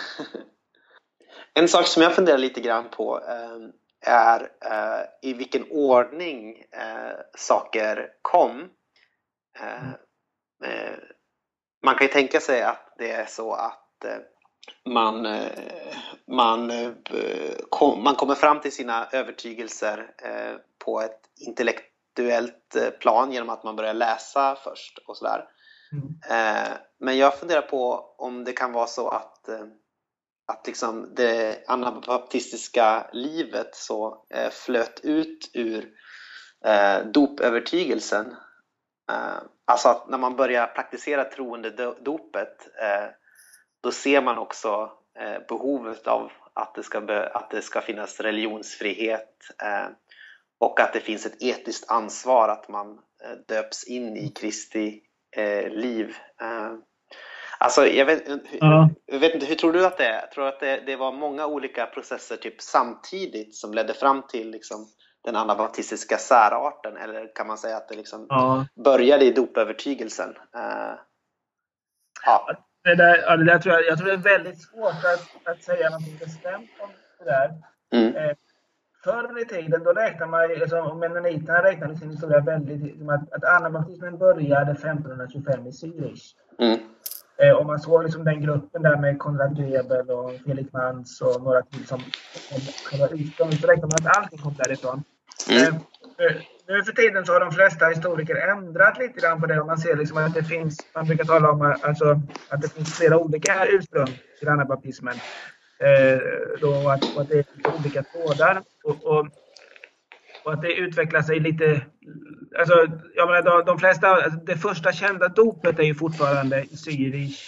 S2: En sak som jag funderar lite grann på eh, är eh, i vilken ordning eh, saker kom. Eh, eh, man kan ju tänka sig att det är så att eh, man, eh, man, eh, kom, man kommer fram till sina övertygelser eh, på ett intellektuellt eh, plan genom att man börjar läsa först och sådär. Mm. Eh, men jag funderar på om det kan vara så att eh, att liksom det anabaptistiska livet så eh, flöt ut ur eh, dopövertygelsen. Eh, alltså att när man börjar praktisera troende dopet eh, då ser man också eh, behovet av att det ska, be, att det ska finnas religionsfrihet eh, och att det finns ett etiskt ansvar att man eh, döps in i Kristi eh, liv. Eh, Alltså, jag vet, ja. jag vet inte, hur tror du att det är? Jag tror att det, det var många olika processer typ samtidigt som ledde fram till liksom, den anabaptistiska särarten? Eller kan man säga att det liksom ja. började i dopövertygelsen? Uh,
S3: ja. Det där, ja, det där tror jag, jag tror det är väldigt svårt att, att säga något bestämt om det där. Mm. Eh, förr i tiden då räknar man, alltså, mennoniterna räknade sin historia väldigt, som att, att anabaptismen började femtonhundratjugofem i Zürich. Mm. Och man såg liksom den gruppen där med Konrad Grebel och Felix Manz och några till som kom ursprung. Så räknar man att allting kom därifrån. Mm. Nu för tiden så har de flesta historiker ändrat lite grann på det. Och man ser liksom att det finns, man brukar tala om alltså, att det finns flera olika ursprung till anabaptismen. Då att, och att det är olika trådar. Och, och, och att det utvecklar sig lite. Alltså, jag menar, de, de flesta, alltså, det första kända dopet är ju fortfarande i Zürich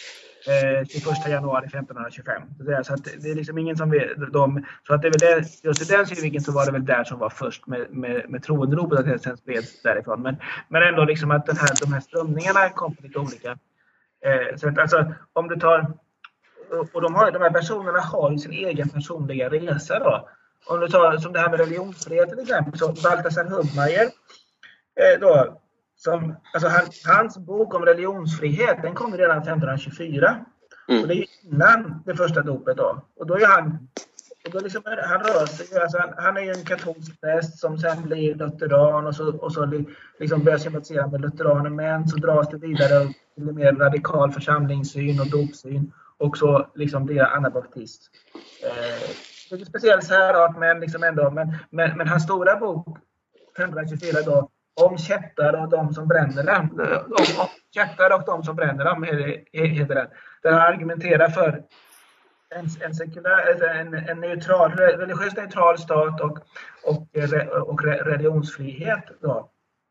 S3: eh, tjugoförsta januari femtonhundratjugofem. Så att det är liksom ingen som vet dem. Så att det är väl det, just i den synvinkeln så var det väl där som var först med, med, med troenderopet, att det sen spreds därifrån. Men, men ändå liksom att den här, de här strömningarna kom på lite olika. Eh, så att alltså om du tar, och de, har, de här personerna har ju sin egen personliga resa då. Om du tar som det här med religionsfrihet till exempel, så Balthasar Hubmaier eh, då, som, alltså han, hans bok om religionsfrihet, den kom redan femtonhundratjugofyra. Mm. Och det är innan det första dopet då. Och då är han, och då liksom, han rör sig, alltså han, han är ju en katolsk präst som sen blir lutheran och så, och så liksom börjar sympatisera med lutheraner, men så dras det vidare till en mer radikal församlingssyn och dopsyn. Och så liksom blir han anabaptist. Eh, det är en speciell särart, men liksom ändå, men, men, men hans stora bok femtonhundratjugofyra då, om kättar och de som bränner dem. Om, om kättar och de som bränner dem heter den. Där han argumenterar för en, en, sekulär, en, en neutral, religiöst neutral stat och, och, och religionsfrihet. Då.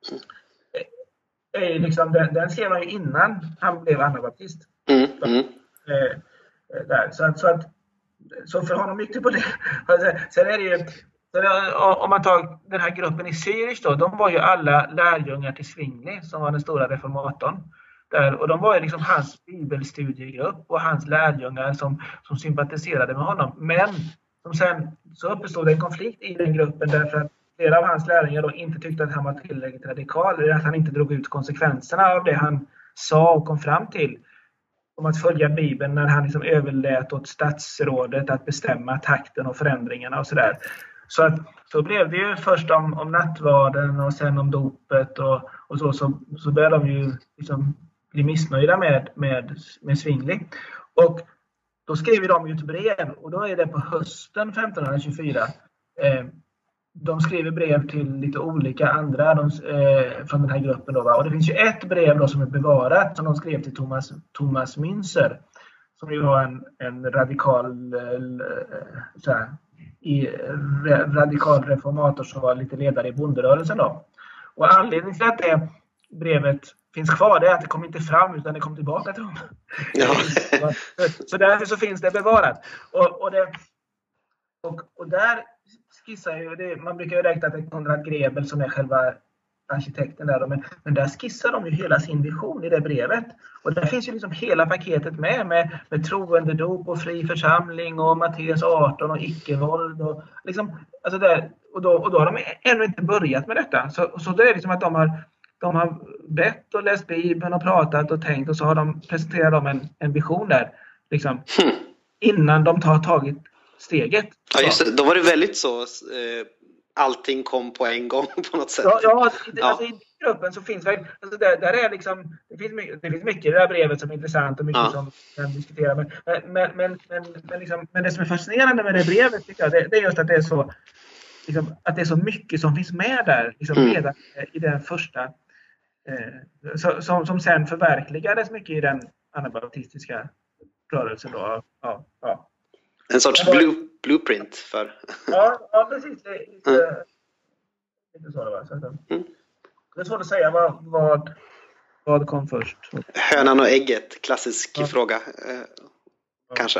S3: Är liksom, den, den skrev han ju innan han blev anabaptist. Mm, mm. Eh, där. Så, att, så, att, så för honom mycket på det. Sen är det ju, om man tar den här gruppen i Zürich då, de var ju alla lärjungar till Zwingli som var den stora reformatorn. Där, och de var ju liksom hans bibelstudiegrupp och hans lärjungar som, som sympatiserade med honom. Men som sen så uppstod en konflikt i den gruppen därför att flera av hans lärjungar då inte tyckte att han var tillräckligt radikal, eller att han inte drog ut konsekvenserna av det han sa och kom fram till om att följa Bibeln, när han liksom överlät åt statsrådet att bestämma takten och förändringarna och sådär. Så att så blev det ju först om, om nattvarden och sen om dopet och, och så, så, så började de ju liksom bli missnöjda med, med, med Zwingli. Och då skriver de ju ett brev, och då är det på hösten femtonhundratjugofyra. Eh, de skriver brev till lite olika andra de, eh, från den här gruppen då, va? Och det finns ju ett brev då som är bevarat som de skrev till Thomas, Thomas Münzer, som ju var en, en radikal eh, så här, i, re, radikal reformator som var lite ledare i bonderörelsen då. Och anledningen till att det brevet finns kvar, det är att det kom inte fram utan det kom tillbaka till dem. Ja. så, så därför så finns det bevarat. Och, och, det, och, och där skissar ju, det, man brukar ju räkna att det är Konrad Grebel som är själva arkitekten där. Men, men där skissar de ju hela sin vision i det brevet. Och där finns ju liksom hela paketet med, med, med troendedop och fri församling och Matteus arton och icke-våld. Och, liksom, alltså där, och, då, och då har de ännu inte börjat med detta. Så, så det är liksom att de har, de har bett och läst Bibeln och pratat och tänkt, och så har de presenterat dem en, en vision där. Liksom, hmm. Innan de tar tagit steget.
S2: Ja, just det. Då var det väldigt så... Eh... allting kom på en gång på något sätt.
S3: Ja, ja, det, alltså i gruppen så finns det, alltså där, där är liksom, det finns mycket, det finns mycket i det här brevet som är intressant och mycket ja. som kan diskutera. Men, men, men, men, men, liksom, men det som är fascinerande med det brevet tycker jag, det, det är just att det är så, liksom, att det är så mycket som finns med där, liksom, mm. redan i den första, eh, så, som, som sen förverkligades mycket i den anabaptistiska rörelsen då. Ja, ja.
S2: En sorts var, blue, blueprint för...
S3: Ja, ja precis. Det är lite, mm. lite så det var. Så att, mm. Det är svårt att säga vad, vad, vad kom först.
S2: Hönan och ägget, klassisk ja. fråga. Eh, ja. Kanske.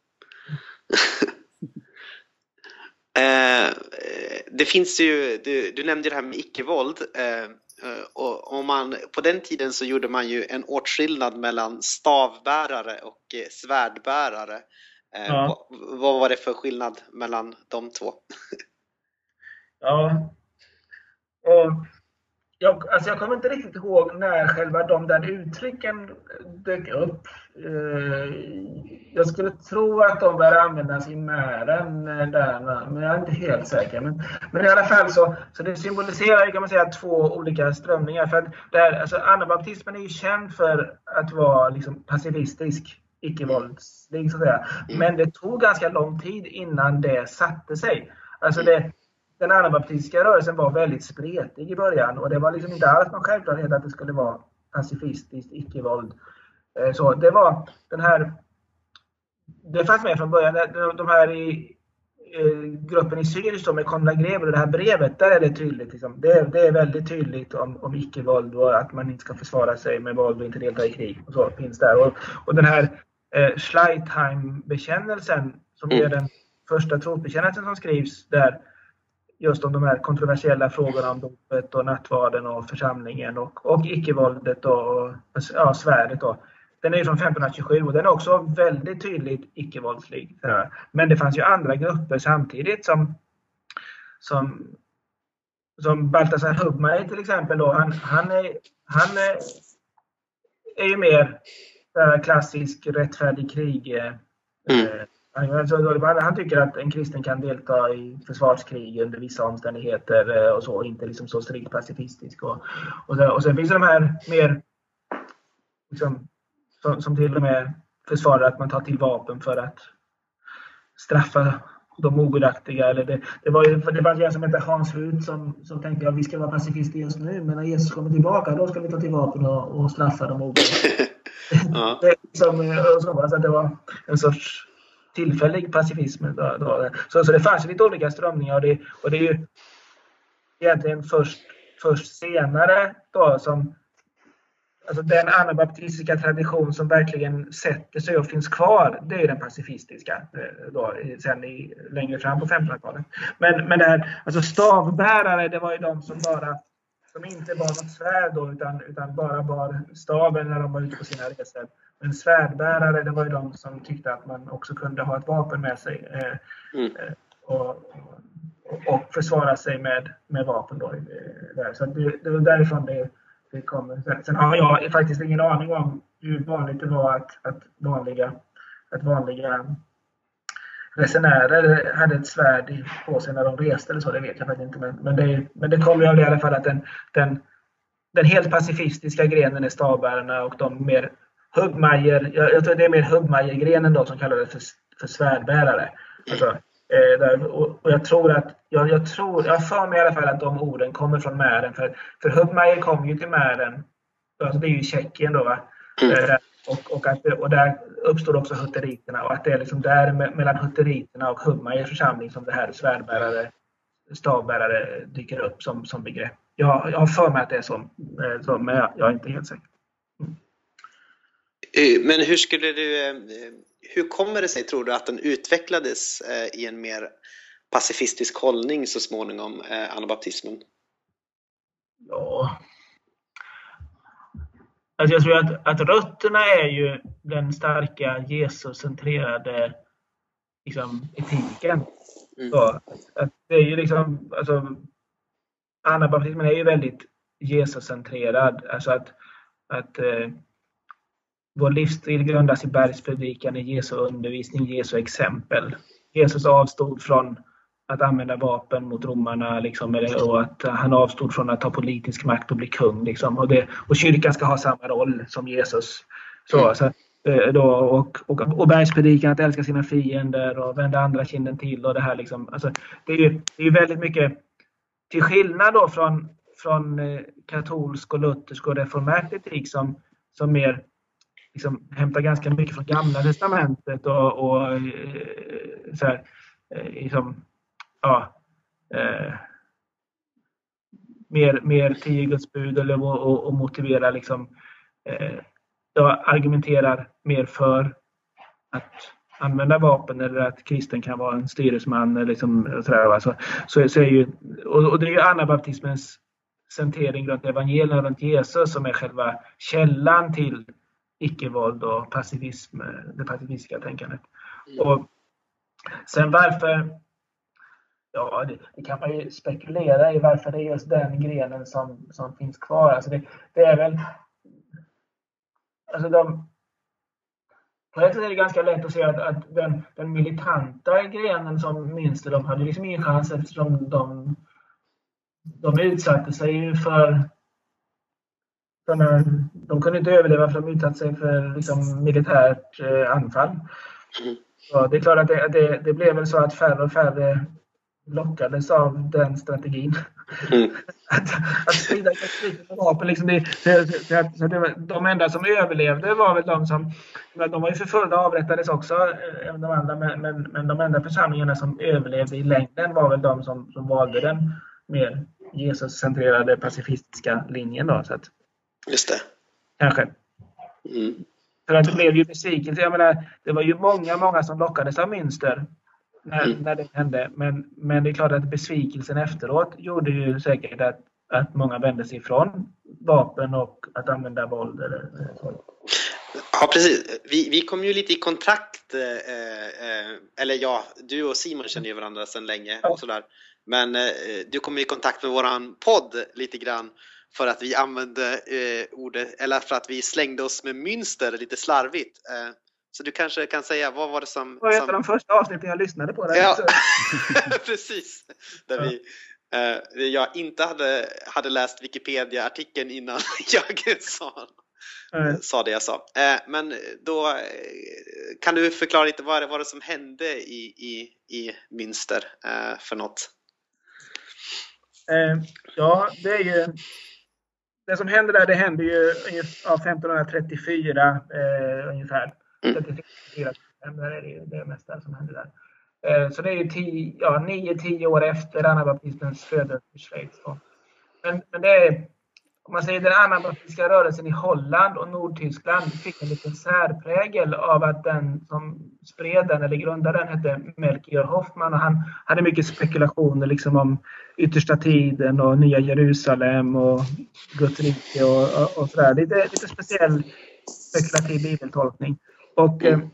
S2: eh, det finns ju, du, du nämnde det här med icke-våld. Eh, och om man, på den tiden så gjorde man ju en åtskillnad mellan stavbärare och svärdbärare. Ja. Vad, vad var det för skillnad mellan de två?
S3: Ja, och jag, alltså jag kommer inte riktigt ihåg när själva de där uttrycken dök upp. Jag skulle tro att de började användas i Mären där, men jag är inte helt säker. Men, men i alla fall så, så det symboliserar, kan man säga, två olika strömningar. För att där, alltså, anabaptismen är ju känd för att vara liksom pacifistisk, icke-våldslig så att säga. Men det tog ganska lång tid innan det satte sig. Alltså det, den anabaptistiska rörelsen var väldigt spretig i början, och det var liksom inte alls någon självklarhet att det skulle vara pacifistiskt, icke-våld. Så det var den här, det fanns med från början, de här i gruppen i Zürich med Konrad Grebel och det här brevet, där är det tydligt. Liksom. Det, det är väldigt tydligt om, om icke-våld och att man inte ska försvara sig med våld och inte delta i krig. Och så finns där. Och, och den här eh, Schleitheim-bekännelsen, som är den första trosbekännelsen som skrivs där, just om de här kontroversiella frågorna om dopet och nattvarden och församlingen och, och icke-våldet och, och ja, svärdet då. Den är ju från femtonhundratjugosju och den är också väldigt tydligt icke-våldslig. Men det fanns ju andra grupper samtidigt som som, som Balthasar Hubmaier till exempel då. Han, han, är, han är, är ju mer klassisk rättfärdig krig. Mm. Alltså, han tycker att en kristen kan delta i försvarskrig under vissa omständigheter och så, inte liksom så strikt pacifistisk. Och, och, så, och sen finns det de här mer liksom, som, som till och med försvarar att man tar till vapen för att straffa de ogudaktiga. Eller det, det var ju det var en som hette Hans Rut som, som tänkte att vi ska vara pacifister just nu, men när Jesus kommer tillbaka då ska vi ta till vapen och, och straffa de ogudaktiga. Ja. Det, som, så, så det var en sorts tillfällig pacifism. Då, då. Så, så det fanns lite olika strömningar och det, och det är ju egentligen först, först senare då som alltså den anabaptistiska tradition som verkligen sätter sig och finns kvar, det är den pacifistiska då, sen i, längre fram på femtonhundratalet. Men, men det här, alltså stavbärare, det var ju de som bara som inte var något svärd då, utan, utan bara bar staven när de var ute på sina resor. Men svärdbärare, det var ju de som tyckte att man också kunde ha ett vapen med sig eh, mm. och, och, och försvara sig med, med vapen då. Där. Så det, det var därifrån det, det kommer. Sen, sen har jag faktiskt ingen aning om hur vanligt det var att, att vanliga, att vanliga resenärer hade ett svärd på sig när de reste eller så, det vet jag faktiskt inte. Men, men, det, men det kommer ju av det i alla fall att den, den, den helt pacifistiska grenen är stavbärarna och de mer Hubmaier, jag, jag tror det är mer Hubmaier-grenen då som kallar det för, för svärdbärare. Alltså, eh, där, och, och jag tror att, jag, jag tror, jag för mig i alla fall att de orden kommer från Mähren. För, för Hubmaier kom ju till Mähren, alltså det är ju Tjeckien då va? Eh, och, och, att, och där uppstod också hutteriterna och att det är liksom där mellan hutteriterna och Hubmaiers församling som det här svärdbärare, stavbärare dyker upp som, som begrepp. Jag, jag har för mig att det är så, eh, så men jag, jag är inte helt säker. Mm.
S2: Men hur skulle du, hur kommer det sig tror du att den utvecklades i en mer pacifistisk hållning så småningom, anabaptismen?
S3: Ja, alltså jag tror att, att rötterna är ju den starka Jesus-centrerade liksom, etiken. Mm. Så, att det är ju liksom, alltså, anabaptismen är ju väldigt Jesus-centrerad. Alltså att, att eh, vår livsstil grundas i bergspredikan, i Jesu undervisning, Jesu exempel. Jesus avstod från att använda vapen mot romarna liksom, och att han avstod från att ta politisk makt och bli kung. Liksom, och, det, och kyrkan ska ha samma roll som Jesus. Så, så, då, och, och, och bergspredikan att älska sina fiender och vända andra kinden till. Och det, här, liksom, alltså, det är ju det är väldigt mycket till skillnad då från, från katolsk och luthersk och reformert etik som, som mer liksom hämtar ganska mycket från Gamla testamentet och, och så här, liksom, ja, eh, mer, mer tio Guds bud eller, och, och motivera liksom, eh, argumenterar mer för att använda vapen eller att kristen kan vara en styresman eller liksom, sådär, så, så, så är ju, och, och det är ju anabaptismens centrering runt evangelien runt Jesus som är själva källan till icke-våld och pacifism, det pacifistiska tänkandet. Mm. Och sen varför, ja det, det kan man ju spekulera i varför det är just den grenen som, som finns kvar. Alltså det, det är väl, alltså de, på ett sätt är det ganska lätt att se att, att den, den militanta grenen som minst de hade liksom ingen chans eftersom de, de utsatte sig för de kunde inte överleva för att de utsatt sig för liksom, militärt eh, anfall. Mm. Så det är klart att det, det, det blev väl så att färre och färre lockades av den strategin. Mm. att, att sprida vapen. Liksom det, det, det, så det, de enda som överlevde var väl de som, de var ju förföljda och avrättades också, även de andra, men, men, men de enda församlingarna som överlevde i längden var väl de som, som valde den mer Jesus-centrerade pacifistiska linjen då. Så att,
S2: just det.
S3: Kanske.
S2: Mm.
S3: För att det blev ju besvikelse. Jag menar, det var ju många, många som lockades av Münster när,
S2: Mm.
S3: när det hände. Men, men det är klart att besvikelsen efteråt gjorde ju säkert att, att många vände sig ifrån vapen och att använda våld eller så.
S2: Ja, precis. Vi, vi kom ju lite i kontakt, eh, eh, eller ja, du och Simon känner ju varandra sedan länge.
S3: Ja.
S2: Och sådär. Men eh, du kom i kontakt med våran podd lite grann för att vi använde eh, ordet, eller för att vi slängde oss med Münster lite slarvigt. Eh, så du kanske kan säga, vad var det som...
S3: Det var ett
S2: som...
S3: av de första avsnitten jag lyssnade på. Det.
S2: Ja, precis. Där vi, eh, jag inte hade, hade läst Wikipedia-artikeln innan jag sa,
S3: Mm.
S2: sa det jag sa. Eh, men då eh, kan du förklara lite vad det var det som hände i, i, i Münster eh, för något?
S3: Eh, ja, det är ju... Det som hände där, det hände ju ja, femton trettiofyra eh, ungefär.
S2: Mm.
S3: trettiofyra, det är det, det mesta som hände där. Eh, så det är ju tio, ja, nio tio år efter anabaptistens födelse i Schweiz. Men, men det är, om man säger den anabaptistiska rörelsen i Holland och Nordtyskland fick en liten särprägel av att den som spred den eller grundade den hette Melchior Hoffman, och han hade mycket spekulationer liksom om yttersta tiden och nya Jerusalem och Guds rike och, och, och sådär. Lite, lite speciell spekulativ bibeltolkning. Och, eh,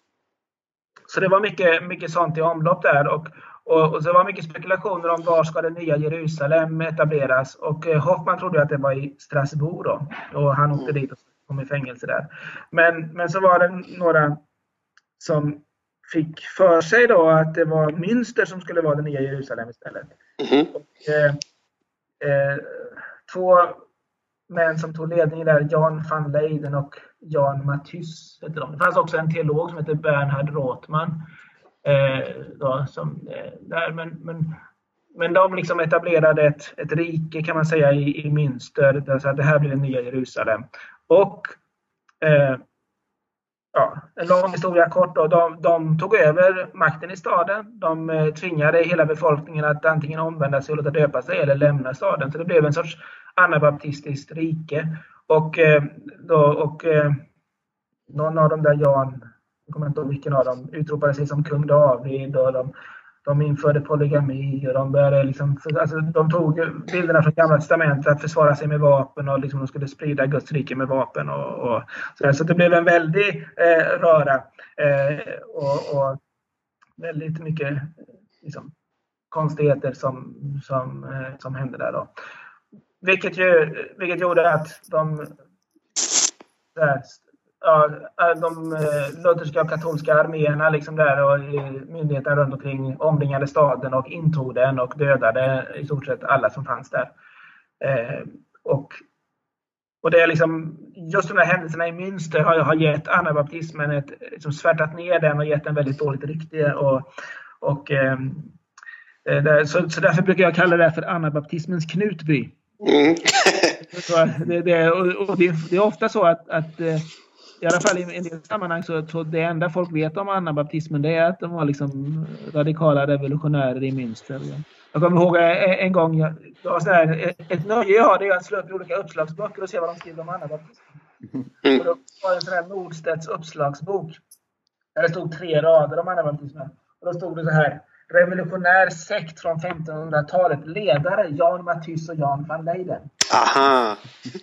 S3: så det var mycket, mycket sånt i omlopp där. Och, och, och så var mycket spekulationer om var ska det nya Jerusalem etableras. Och eh, Hoffman trodde att det var i Strasbourg då. Och han åkte dit och kom i fängelse där. Men, men så var det några som fick för sig då att det var Münster som skulle vara det nya Jerusalem istället.
S2: Mm.
S3: Och, eh, eh, två män som tog ledningen där, Jan van Leyden och Jan Matthys heter de. Det fanns också en teolog som heter Bernhard Rothman. Eh, då, som, eh, där, men, men, men de liksom etablerade ett, ett rike kan man säga i, i Münster. Där, så att det här blir det nya Jerusalem. Och eh, ja, en lång historia kort då. De, de tog över makten i staden. De eh, tvingade hela befolkningen att antingen omvända sig och låta döpa sig eller lämna staden. Så det blev en sorts anabaptistiskt rike. Och, eh, då, och eh, någon av dem där, Jan, jag kommer inte ihåg vilken av dem, utropade sig som kung David, och de, de införde polygami och de började liksom, alltså de tog bilderna från Gamla testamentet att försvara sig med vapen, och liksom de skulle sprida Guds rike med vapen och, och så, så det blev en väldig eh, röra eh, och, och väldigt mycket liksom, konstigheter som, som, eh, som hände där då. Vilket, ju, vilket gjorde att de där, ja, de eh, lutherska och katolska arméerna liksom där och eh, myndigheterna runt omkring omringade staden och intog den och dödade i stort sett alla som fanns där. Eh, och, och det är liksom, just de här händelserna i Münster har, har gett anabaptismen ett, liksom svärtat ner den och gett den väldigt dåligt rykte. Och, och, eh, där, så, så därför brukar jag kalla det för anabaptismens knutby.
S2: Mm.
S3: det, det, och, och det, det är ofta så att, att i alla fall i en del sammanhang så, så det enda folk vet om anabaptismen, det är att de var liksom radikala revolutionärer i Münster. Jag kommer ihåg en, en gång, jag, jag så här, ett, ett nöje jag har, det är att slå upp olika uppslagsböcker och se vad de skriver om anabaptismen.
S2: Mm.
S3: Och då var det en sån här Nordstedts uppslagsbok där det stod tre rader om anabaptismen. Och då stod det så här: revolutionär sekt från femtonhundratalet, ledare Jan Matthys och Jan van Leyden.
S2: Aha.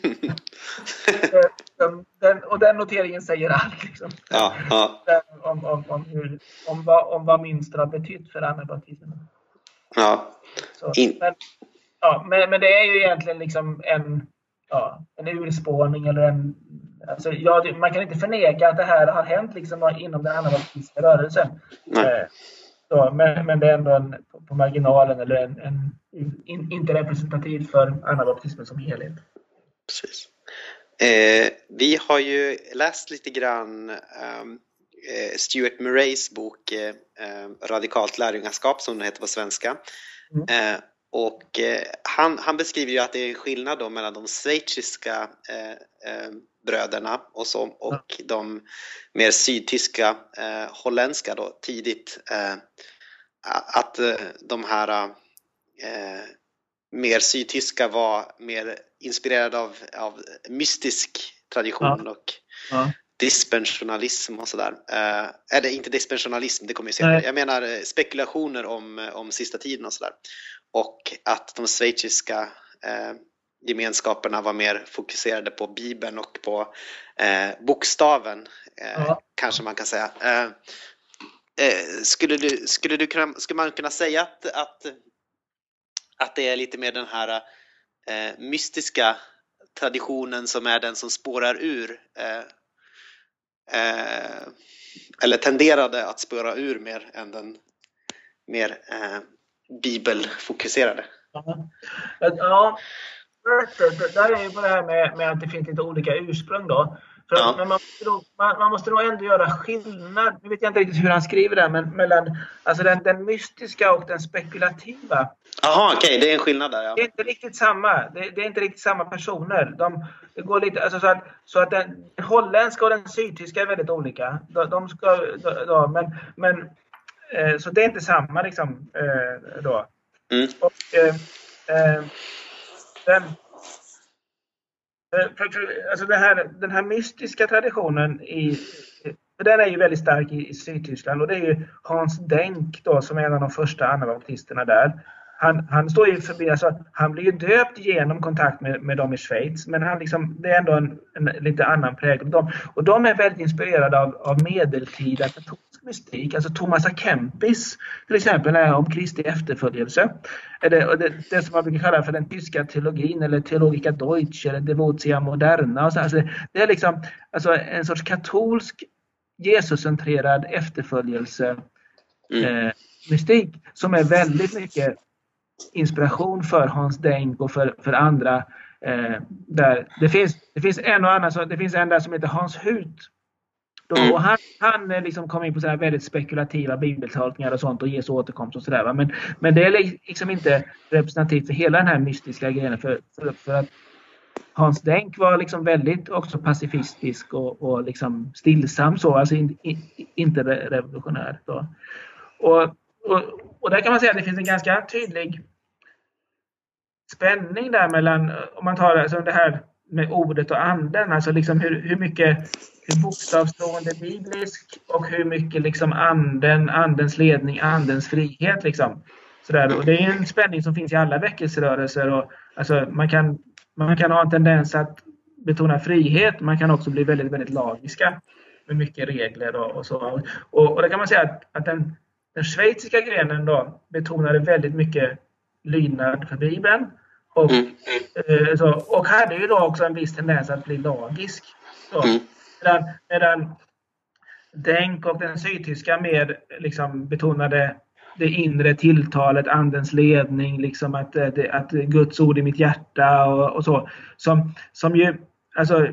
S3: den, den, och den noteringen säger allt liksom.
S2: Ja, ja.
S3: Om, om, om, hur, om, vad, om vad Münster har betytt för anabaptismen.
S2: Ja.
S3: Så,
S2: In...
S3: men, ja, men, men det är ju egentligen liksom en, ja, en urspårning eller en, alltså, ja, man kan inte förneka att det här har hänt liksom inom den anabaptistiska rörelsen.
S2: Nej.
S3: Så, men, men det är ändå en, på marginalen eller en, en in, inte representativ för anabaptismen som helhet.
S2: Precis. Eh, vi har ju läst lite grann um, eh, Stuart Murrays bok eh, Radikalt lärjungaskap, som det heter på svenska. Mm. Eh, och eh, han, han beskriver ju att det är en skillnad då mellan de schweiziska eh, eh, bröderna och, så, och ja. de mer sydtyska, eh, holländska då, tidigt. Eh, att eh, de här eh, mer sydtyska var mer inspirerade av, av mystisk tradition. Ja. Och
S3: ja.
S2: dispensionalism och sådär. Eh, eller inte dispensionalism, det kommer ju senare. Jag menar eh, spekulationer om, om sista tiden och sådär. Och att de schweiziska eh, gemenskaperna var mer fokuserade på Bibeln och på eh, bokstaven, eh, ja. Kanske man kan säga. Eh, eh, skulle, du, skulle, du kunna, skulle man kunna säga att, att, att det är lite mer den här eh, mystiska traditionen som är den som spårar ur eh, eh, eller tenderade att spåra ur mer än den mer eh, bibelfokuserade?
S3: Ja, ja. Det där är ju på det här med, med att det finns lite olika ursprung då. För ja. Men man måste, nog, man, man måste nog ändå göra skillnad. Nu vet jag inte riktigt hur han skriver det, men mellan alltså den, den mystiska och den spekulativa.
S2: Jaha, okej, okay, det är en skillnad där. Ja.
S3: Det är inte riktigt samma. Det, det är inte riktigt samma personer. De, det går lite, alltså så att, så att den holländska och den sydtyska är väldigt olika. De, de ska, då, men, men, eh, så det är inte samma liksom, eh, då.
S2: Mm.
S3: Och, eh, eh, den, för, för, alltså den, här, den här mystiska traditionen i, den är ju väldigt stark i, i Sydtyskland, och det är ju Hans Denk då, som är en av de första anabaptisterna där. Han, han står ju förbi, alltså, han blir ju döpt genom kontakt med, med dem i Schweiz, men han liksom, det är ändå en, en lite annan prägel. De, och de är väldigt inspirerade av, av medeltida katolsk mystik. Alltså Thomas A. Kempis till exempel är om Kristi efterföljelse. Är det, det, det som man brukar kalla för den tyska teologin, eller Theologica Deutsch, eller Devotia Moderna. Och så. Alltså, det är liksom alltså, en sorts katolsk Jesuscentrerad efterföljelse eh, mystik som är väldigt mycket inspiration för Hans Denk och för, för andra. Eh, där. Det, finns, det finns en och annan, så, det finns en där som heter Hans Hut. Då, och han han liksom kom in på sådana väldigt spekulativa bibeltolkningar och sånt, och Jesu återkomst och sådär. Men, men det är liksom inte representativt för hela den här mystiska grejen. För, för, för att Hans Denk var liksom väldigt också pacifistisk och, och liksom stillsam, så, alltså in, in, inte revolutionär. Då. Och, och, och där kan man säga att det finns en ganska tydlig spänning där mellan, om man tar alltså det här med ordet och anden, alltså liksom hur, hur mycket hur bokstavstroende biblisk och hur mycket liksom anden, andens ledning, andens frihet liksom. Sådär. Och det är en spänning som finns i alla väckelserörelser, och alltså man kan, man kan ha en tendens att betona frihet, man kan också bli väldigt, väldigt lagiska med mycket regler och, och så. Och, och där kan man säga att, att den, den schweiziska grenen då betonade väldigt mycket lydnad för Bibeln. Och, mm. eh, så, och hade ju då också en viss tendens att bli lagisk. Så, mm. medan, medan Denk och den sydtyska mer liksom betonade det inre tilltalet, andens ledning, liksom att, att, att Guds ord i mitt hjärta och, och så. Som, som ju alltså,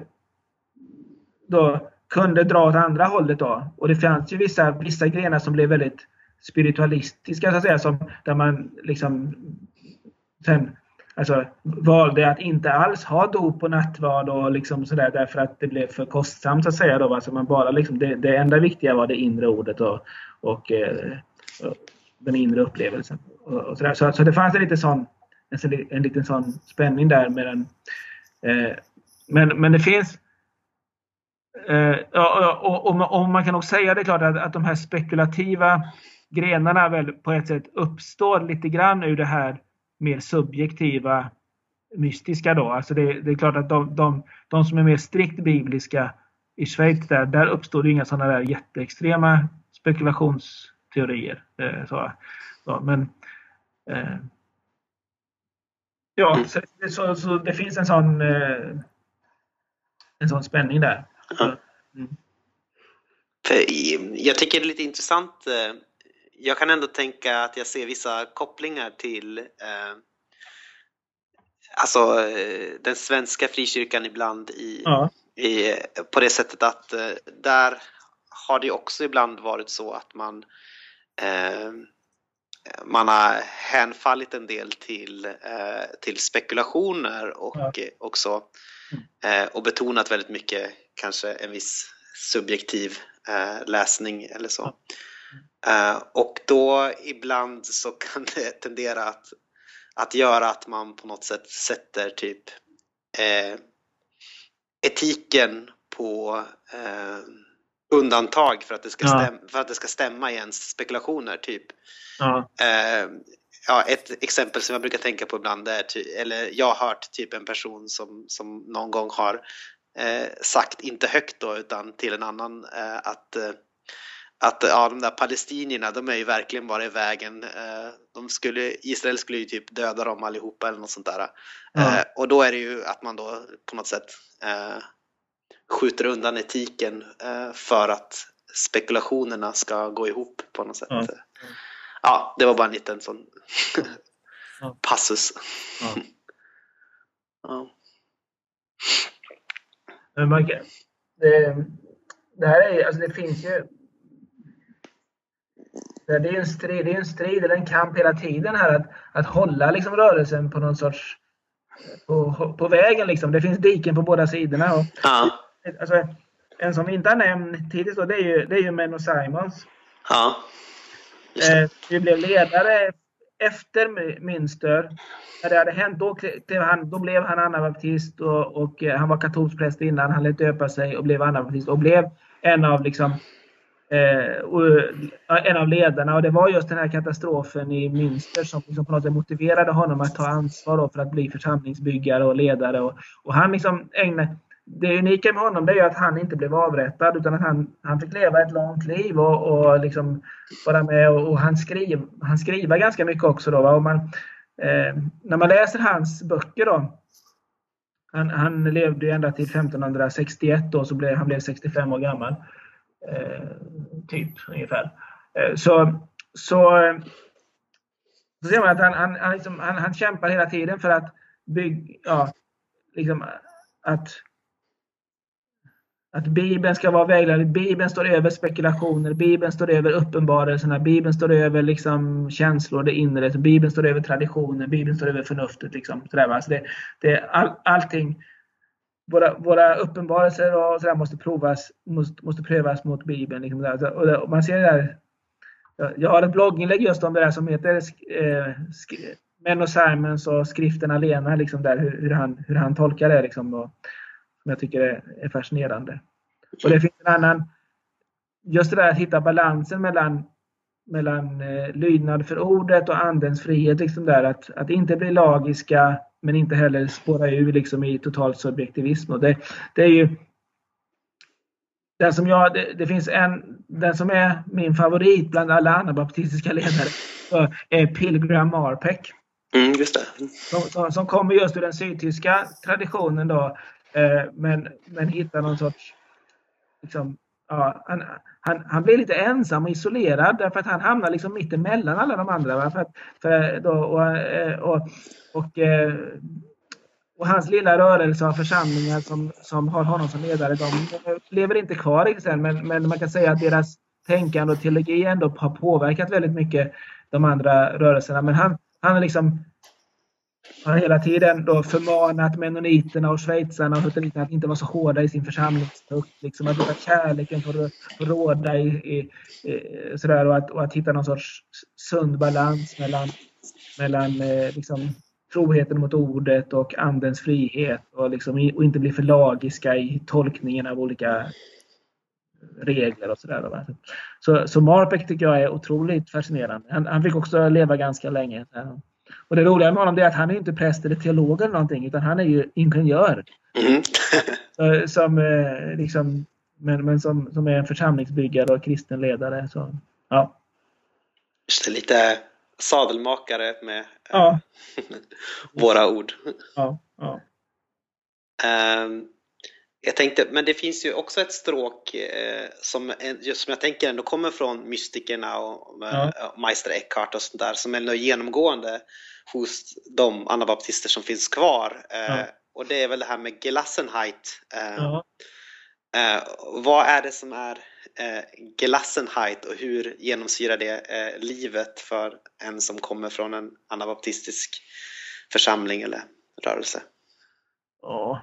S3: då kunde dra åt andra hållet då. Och det fanns ju vissa, vissa grenar som blev väldigt spiritualistiska, så att säga, som, där man liksom sen alltså, valde att inte alls ha dop och nattvard och liksom sådär, därför att det blev för kostsamt, så att säga då. Alltså man bara liksom, det, det enda viktiga var det inre ordet och, och, eh, och den inre upplevelsen och, och sådär. Så, så det fanns en liten sån en, en liten sån spänning där med den, eh, men, men det finns eh, och, och, och, och man kan nog säga det klart att, att de här spekulativa grenarna väl på ett sätt uppstår lite grann ur det här mer subjektiva mystiska då. Alltså det, det är klart att de, de, de som är mer strikt bibliska i Schweiz, där, där uppstår det inga sådana där jätteextrema spekulationsteorier. Eh, så, så, men eh, ja, mm. så, så, så det finns en sån eh, en sån spänning där.
S2: Mm. Mm. För jag tycker det är lite intressant. Jag kan ändå tänka att jag ser vissa kopplingar till eh, alltså den svenska frikyrkan ibland i,
S3: ja.
S2: i, på det sättet att eh, där har det också ibland varit så att man eh, man har hänfallit en del till, eh, till spekulationer och ja. också eh, och betonat väldigt mycket kanske en viss subjektiv eh, läsning eller så. Ja. Uh, och då ibland så kan det tendera att, att göra att man på något sätt sätter typ eh, etiken på eh, undantag för att, det ska
S3: Ja.
S2: stäm- för att det ska stämma i ens spekulationer typ.
S3: Ja.
S2: Eh, ja, ett exempel som jag brukar tänka på ibland är, ty- eller jag har hört typ en person som, som någon gång har eh, sagt, inte högt då utan till en annan, eh, att eh, att ja, de där palestinierna, de är ju verkligen bara i vägen. Eh, de skulle, Israel skulle ju typ döda dem allihopa eller något sånt där.
S3: Ja.
S2: Eh, och då är det ju att man då på något sätt eh, skjuter undan etiken eh, för att spekulationerna ska gå ihop på något sätt.
S3: Ja.
S2: Ja, det var bara en liten sån
S3: Ja.
S2: passus.
S3: Ja.
S2: Ja.
S3: Men man kan, det, det här är, alltså det finns ju, det är en strid, det är en strid eller en kamp hela tiden här att, att hålla liksom rörelsen på någon sorts, på, på vägen liksom. Det finns diken på båda sidorna. Och,
S2: Ja.
S3: alltså, en som vi inte har nämnt tidigt då, det är ju, det är ju Menno Simons.
S2: Ja. Just det.
S3: Eh, vi blev ledare efter Münster. När det hade hänt, då, blev han, då blev han anabaptist och, och han var katolsk präst innan. Han lät döpa sig och blev anabaptist och blev en av liksom eh, och, en av ledarna. Och det var just den här katastrofen i Münster som liksom på något sätt motiverade honom att ta ansvar då för att bli församlingsbyggare och ledare. Och, och han liksom ägnade, det unika med honom det är ju att han inte blev avrättad utan att han, han fick leva ett långt liv och, och liksom vara med och, och han, skriv, han skriver ganska mycket också då. Va? Och man, eh, när man läser hans böcker då, han, han levde ju ända till femtonhundrasextioett då, så blev, han blev sextiofem år gammal. Eh, typ ungefär. Eh, så, så, så ser man att han, han, han, liksom, han, han kämpar hela tiden för att bygga, ja, liksom att Att Bibeln ska vara vägledande. Bibeln står över spekulationer. Bibeln står över uppenbarelserna. Bibeln står över liksom känslor, det inre. Bibeln står över traditioner. Bibeln står över förnuftet. Liksom. Alltså det, det, all, allting. Våra, våra uppenbarelser och sådär måste provas, måste, måste prövas mot Bibeln. Liksom där. Och, det, och man ser det där. Jag har ett blogginlägg just om det där som heter eh, Menno Simons och skriften alena. Liksom där, hur, hur, han, hur han tolkar det. Liksom, och, som jag tycker är, är fascinerande. Och det finns en annan, just det där att hitta balansen mellan, mellan eh, lydnad för ordet och andens frihet. Liksom där, att, att inte bli lagiska men inte heller spåra ur liksom, i total subjektivism. Och det, det är ju den som jag, det, det finns en, den som är min favorit bland alla anabaptistiska ledare är Pilgram Marpeck.
S2: Mm, just det.
S3: Som, som, som kommer just ur den sydtyska traditionen då. Men, men hittar någon sorts liksom, ja, han, han, han blir lite ensam och isolerad därför att han hamnar liksom mitt emellan alla de andra. Va? För att, för då, och, och, och, och hans lilla rörelse av församlingar som, som har honom som ledare, de lever inte kvar i sen, men, men man kan säga att deras tänkande och teologi ändå har påverkat väldigt mycket de andra rörelserna. Men han, han är liksom Han har hela tiden då förmanat mennoniterna och schweizarna och hutteriterna att inte vara så hårda i sin församlingstukt. Liksom att låta kärleken få, få råda i, i, i, sådär, och, att, och att hitta någon sorts sund balans mellan, mellan eh, liksom, troheten mot ordet och andens frihet. Och, liksom, och inte bli för lagiska i tolkningen av olika regler och sådär. Så, så Marpeck tycker jag är otroligt fascinerande. Han, han fick också leva ganska länge. Och det roliga med honom är att han är inte präst eller teolog eller någonting, utan han är ju ingenjör.
S2: Mm.
S3: så, som, eh, liksom, men men som, som är en församlingsbyggare och kristen ledare. Så, ja.
S2: Just det, lite sadelmakare med
S3: ja.
S2: våra ord.
S3: Ja, ja.
S2: Um, jag tänkte, men det finns ju också ett stråk eh, som, just som jag tänker ändå kommer från mystikerna och ja. Meister Eckhart och sånt där, som är genomgående hos de anabaptister som finns kvar. Eh, ja. Och det är väl det här med Gelassenheit. Eh, ja. eh, vad är det som är eh, Gelassenheit och hur genomsyrar det eh, livet för en som kommer från en anabaptistisk församling eller rörelse?
S3: Ja.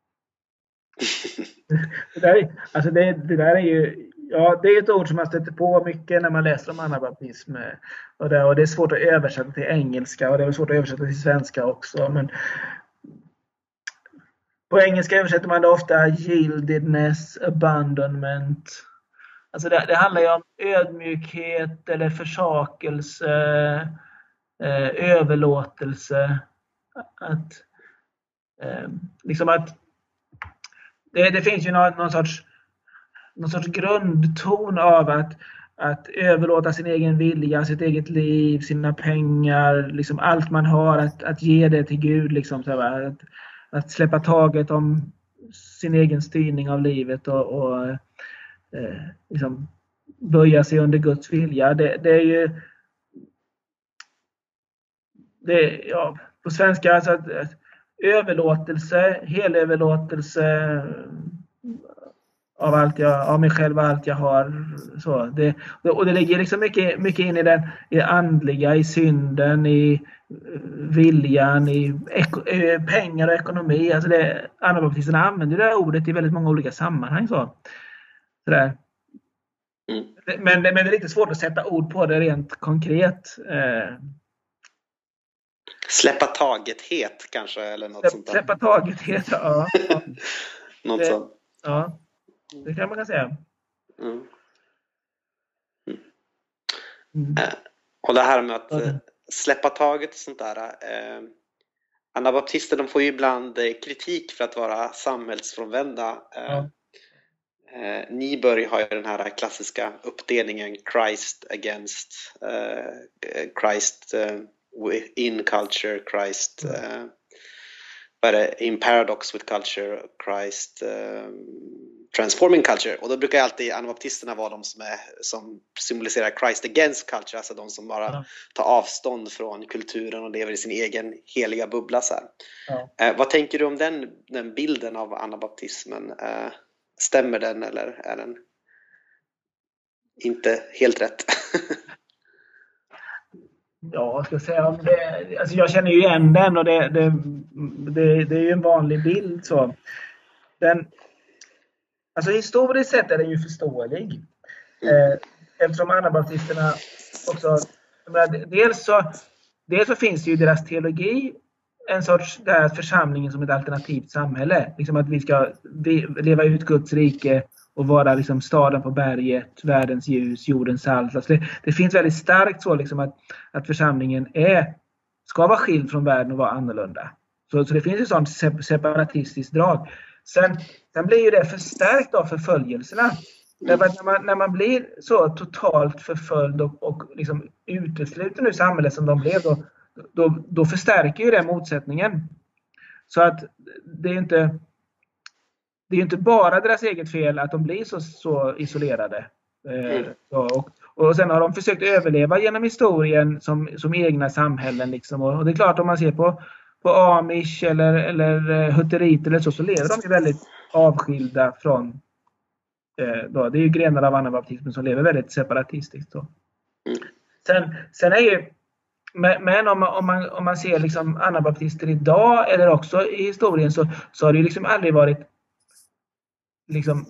S3: det, där, alltså det, det där är ju, ja, det är ett ord som man stöter på mycket när man läser om anabaptism, och det, och det är svårt att översätta till engelska och det är svårt att översätta till svenska också, men På engelska översätter man det ofta yieldedness, abandonment. Alltså det, det handlar ju om ödmjukhet eller försakelse, eh, överlåtelse. Att, eh, liksom att det, det finns ju någon, någon, sorts, någon sorts grundton av att, att överlåta sin egen vilja, sitt eget liv, sina pengar, liksom allt man har, att, att ge det till Gud. Liksom, så här, att, att släppa taget om sin egen styrning av livet och, och eh, liksom böja sig under Guds vilja. Det, det är ju det, ja, på svenska alltså att, att överlåtelse, helöverlåtelse av allt jag, av mig själv och allt jag har. Så det, och det ligger liksom mycket, mycket in i den i andliga, i synden, i viljan, i eko, pengar och ekonomi. Alltså det, anabaptisterna använder det här ordet i väldigt många olika sammanhang. Så. Sådär. Mm. Men, men det är lite svårt att sätta ord på det rent konkret. Eh,
S2: Släppa tagethet kanske, eller något
S3: släpp,
S2: sånt där.
S3: Släppa tagethet, ja. ja.
S2: något
S3: det,
S2: sånt.
S3: Ja, det kan man kan säga.
S2: Mm. Mm.
S3: Mm.
S2: Eh, och det här med att eh, släppa taget och sånt där. Eh, anabaptister, de får ju ibland eh, kritik för att vara samhällsfrånvända. Eh,
S3: ja.
S2: eh, Nyberg har ju den här klassiska uppdelningen Christ against eh, Christ eh, in culture, Christ uh, but uh, in paradox with culture, Christ uh, transforming culture. Och då brukar alltid anabaptisterna vara de som, är, som symboliserar Christ against culture, alltså de som bara ja. tar avstånd från kulturen och lever i sin egen heliga bubbla. Så här. Ja. Uh, vad tänker du om den, den bilden av anabaptismen? Uh, stämmer den eller är den inte helt rätt?
S3: Ja, ska jag säga om det, alltså jag känner ju igen den och det, det, det, det är ju en vanlig bild så. Den, alltså historiskt sett är den ju förståelig. Eh, eftersom anabaptisterna också, menar, dels, så, dels så finns det ju deras teologi en sorts där församlingen som ett alternativt samhälle. Liksom att vi ska leva ut Guds rike och vara liksom staden på berget, världens ljus, jordens salt. Alltså det, det finns väldigt starkt så liksom att, att församlingen är, ska vara skild från världen och vara annorlunda. Så, så det finns ett sånt separatistiskt drag. Sen, sen blir ju det förstärkt av förföljelserna. Därför att när man, när man blir så totalt förföljd och, och liksom utesluten ur samhället som de blev, då, då, då förstärker ju det motsättningen. Så att det är inte... Det är ju inte bara deras eget fel att de blir så, så isolerade. Mm. Så, och, och sen har de försökt överleva genom historien som, som egna samhällen. Liksom. Och, och det är klart om man ser på, på Amish eller, eller Hutteriter eller så, så lever de ju väldigt avskilda från... Eh, då, det är ju grenar av anabaptismen som lever väldigt separatistiskt. Så. Mm. Sen, sen är ju... Men om man, om man, om man ser liksom anabaptister idag eller också i historien så, så har det ju liksom aldrig varit... Liksom,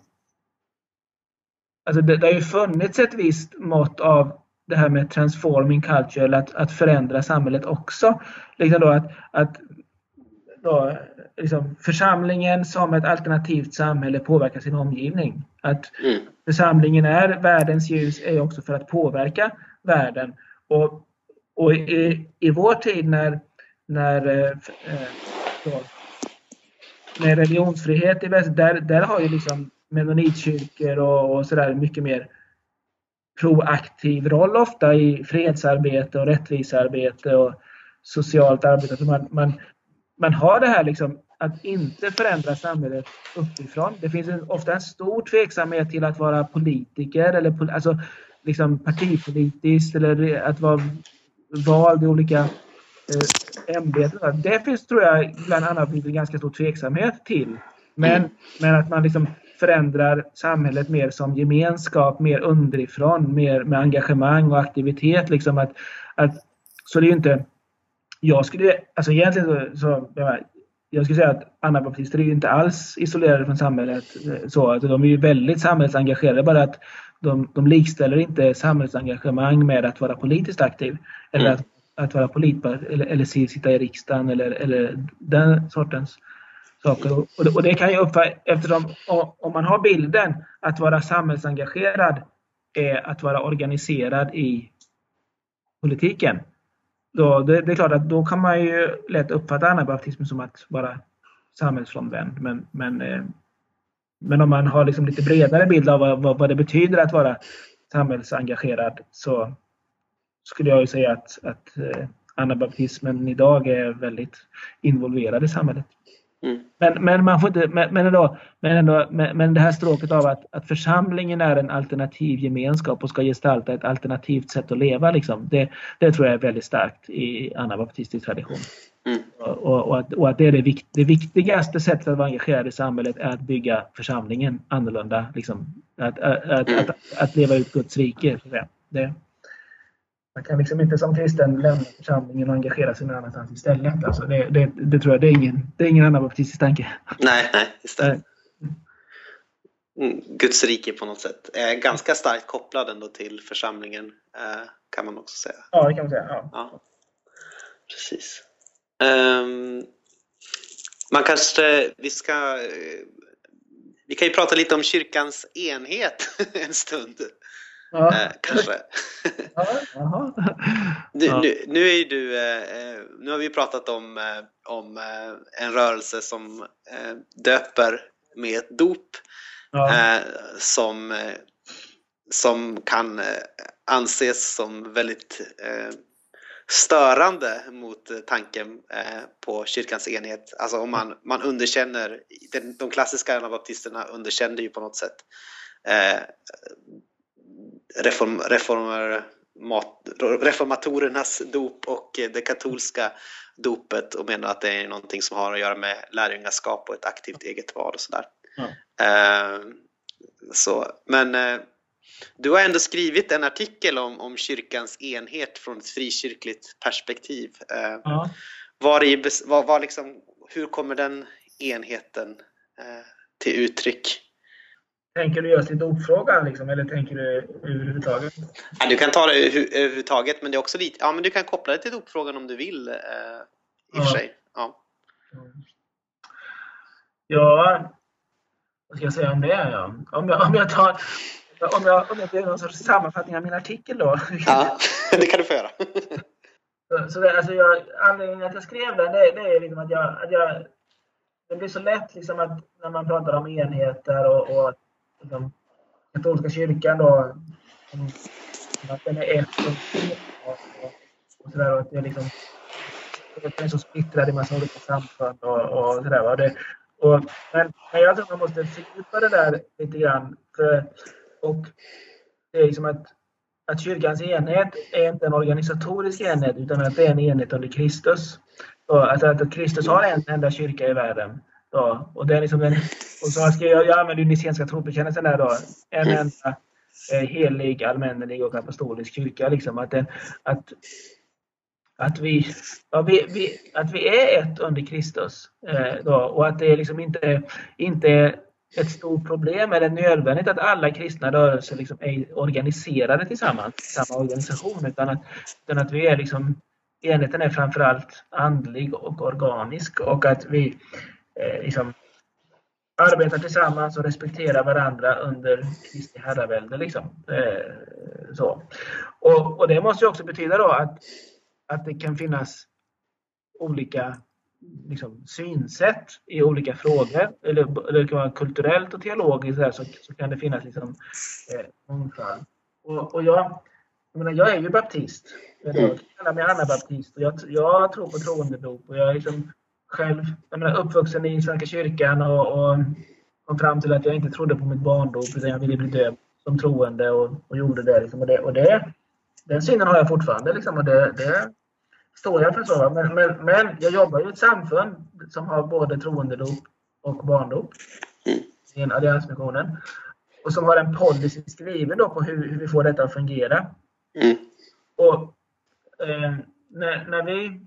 S3: alltså det, det har ju funnits ett visst mått av det här med transforming culture, eller att, att förändra samhället också. Liksom då att, att då, liksom församlingen som ett alternativt samhälle påverkar sin omgivning. Att mm. församlingen är världens ljus är också för att påverka världen. Och, och i, i vår tid när, när eh, då, med religionsfrihet i väst, där, där har ju liksom mennonitkyrkor och, och sådär mycket mer proaktiv roll ofta i fredsarbete och rättvisearbete och socialt arbete. Man, man, man har det här liksom att inte förändra samhället uppifrån. Det finns en, ofta en stor tveksamhet till att vara politiker eller alltså liksom partipolitiskt eller att vara vald i olika eh, ämbeten. Det finns, tror jag, bland annat en ganska stor tveksamhet till. Men, mm. men att man liksom förändrar samhället mer som gemenskap, mer underifrån, mer med engagemang och aktivitet. Liksom att, att, så det är ju inte... Jag skulle, alltså egentligen så, så jag skulle säga att anabaptister är ju inte alls isolerade från samhället. Så att de är ju väldigt samhällsengagerade, bara att de, de likställer inte samhällsengagemang med att vara politiskt aktiv. Eller mm. att, att vara polit eller, eller sitta i riksdagen eller, eller den sortens saker. Och det, och det kan ju uppfatta, eftersom om man har bilden att vara samhällsengagerad är att vara organiserad i politiken. Då, det, det är klart att då kan man ju lätt uppfatta anabaptism som att vara samhällsfrånvänd. Men, men, eh, men om man har liksom lite bredare bild av vad, vad, vad det betyder att vara samhällsengagerad, så skulle jag ju säga att, att eh, anabaptismen idag är väldigt involverad i samhället. Mm. Men, men man får inte, men, men, ändå, men, ändå, men, men det här stråket av att, att församlingen är en alternativ gemenskap och ska gestalta ett alternativt sätt att leva, liksom, det, det tror jag är väldigt starkt i anabaptistisk tradition. Mm. Och, och, och, att, och att det är det, vikt, det viktigaste sättet att vara engagerad i samhället är att bygga församlingen annorlunda, liksom, att, att, att, mm. att, att, att leva ut Guds rike. Det, man kan liksom inte som kristen lämna församlingen och engagera sig någon annanstans istället. Alltså det, det, det tror jag, det är ingen, det är ingen anabaptistisk tanke.
S2: Nej, nej, just det. Mm, Guds rike på något sätt är ganska starkt kopplad ändå till församlingen, eh, kan man också säga.
S3: Ja, det kan man säga. Ja.
S2: Ja. Precis. Um, man kanske, vi ska, vi kan ju prata lite om kyrkans enhet en stund. Ja. Eh, kanske.
S3: Ja, jaha.
S2: Nu, nu, nu är ju du, eh, nu har vi pratat om, eh, om eh, en rörelse som eh, döper med ett dop, ja. eh, som, eh, som kan eh, anses som väldigt eh, störande mot tanken eh, på kyrkans enhet. Alltså om man, man underkänner, den, de klassiska anabaptisterna underkände ju på något sätt eh, reform, reformer, mat, reformatorernas dop och det katolska dopet, och menar att det är någonting som har att göra med lärjungaskap och ett aktivt eget val och sådär. Mm. Eh, så, men eh, du har ändå skrivit en artikel om, om kyrkans enhet från ett frikyrkligt perspektiv. Eh, mm. var i, var, var liksom, hur kommer den enheten eh, till uttryck?
S3: Tänker du just i dopfrågan liksom, eller tänker du överhuvudtaget?
S2: Ja, du kan ta det överhuvudtaget, men det är också lite, ja, men du kan koppla det till dopfrågan om du vill, eh, i och för sig. Ja.
S3: Ja, vad ska jag säga om det? Ja? Om jag, om jag tar om jag, om jag gör någon sorts sammanfattning av min artikel då.
S2: Ja, det kan du få göra.
S3: så, så det, alltså jag, anledningen att jag skrev den, det, det är liksom att jag, att jag det blir så lätt liksom att när man pratar om enheter och, och liksom, katolska kyrkan då, att den är ett och, och, och sådär, och att det är liksom det är så splittrad i massa olika samfund och, och sådär, va? Det, och, men, men jag tror man måste fördjupa det där lite grann, för, och det är liksom att, att kyrkans enhet är inte en organisatorisk enhet, utan att det är en enhet under Kristus. Och, alltså att Kristus har en enda kyrka i världen. Då, och det är liksom den, och så ska jag, jag använder ju nicenska trobekännelsen där då, en enda eh, helig, allmännelig och apostolisk kyrka, liksom att den, att att vi, ja, vi, vi att vi är ett under Kristus, eh, då, och att det är liksom inte inte är ett stort problem eller nödvändigt att alla kristna rörelser liksom är organiserade tillsammans i samma organisation, utan att, utan att vi är liksom, enheten är framförallt andlig och organisk, och att vi eh, liksom arbetar tillsammans och respekterar varandra under Kristi herravälde, liksom. Eh, så. Och, och det måste ju också betyda då att, att det kan finnas olika liksom, synsätt i olika frågor, eller, eller det kan vara kulturellt och teologiskt där, så, så kan det finnas liksom, eh, mångfald. Och, och jag, jag, menar, jag är ju baptist. Jag kallar mig anabaptist och jag, jag tror på troendedop, och jag är liksom själv jag menar, uppvuxen i Svenska kyrkan och, och kom fram till att jag inte trodde på mitt barndop, utan jag ville bli döpt som troende och, och gjorde det. Liksom, och det, och det den synen har jag fortfarande, liksom, och det, det står jag för så. Men, men, men jag jobbar ju i ett samfund som har både troendedop och barndop i en alliansmissionen, och som har en policy skriven då på hur, hur vi får detta att fungera. Mm. Och eh, när, när vi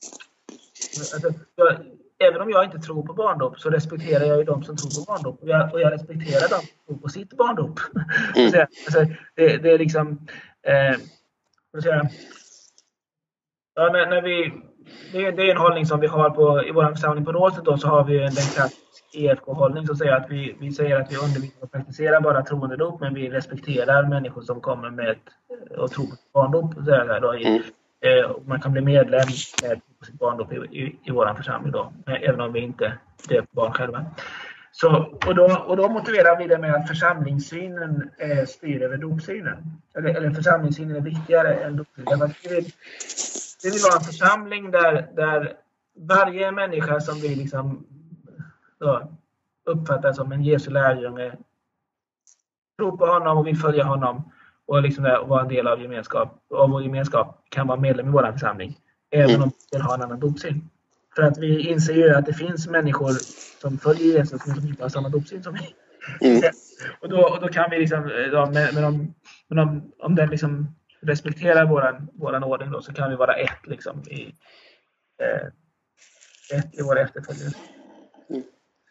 S3: alltså, jag, även om jag inte tror på barndop, så respekterar jag ju de som tror på barndop, och jag, och jag respekterar de som tror på sitt barndop. Mm. alltså, det, det är liksom eh, säga, ja, när, när vi det, det är en hållning som vi har på, i vår församling på Råset. Då, så har vi en klassisk E F K-hållning som säger att vi, vi säger att vi undervisar och praktiserar bara troende dop, men vi respekterar människor som kommer med ett, och tror på barndop. Så där, då, i,
S2: Mm.
S3: eh, man kan bli medlem med sitt barndop i, i, i vår församling då, även om vi inte är barn själva. Så, och, då, och då motiverar vi det med att församlingssynen eh, styr över dopsynen. Eller, eller församlingssynen är viktigare än dopsynen. Vi vill, vi vill vara en församling där, där varje människa som vi liksom då, uppfattar som en Jesu lärjunge tror på honom och vill följa honom och liksom där, och vara en del av gemenskap, av vår gemenskap, kan vara medlem i vår församling. Även om vi vill ha en annan dopsyn. För att vi inser ju att det finns människor som följer Jesus men som inte har samma dopsyn som vi. Mm. och, då, och då kan vi liksom, då, med, med de, med de, om den liksom respekterar våran, våran ordning då, så kan vi vara ett liksom i, eh, ett i vår efterföljelse. Mm.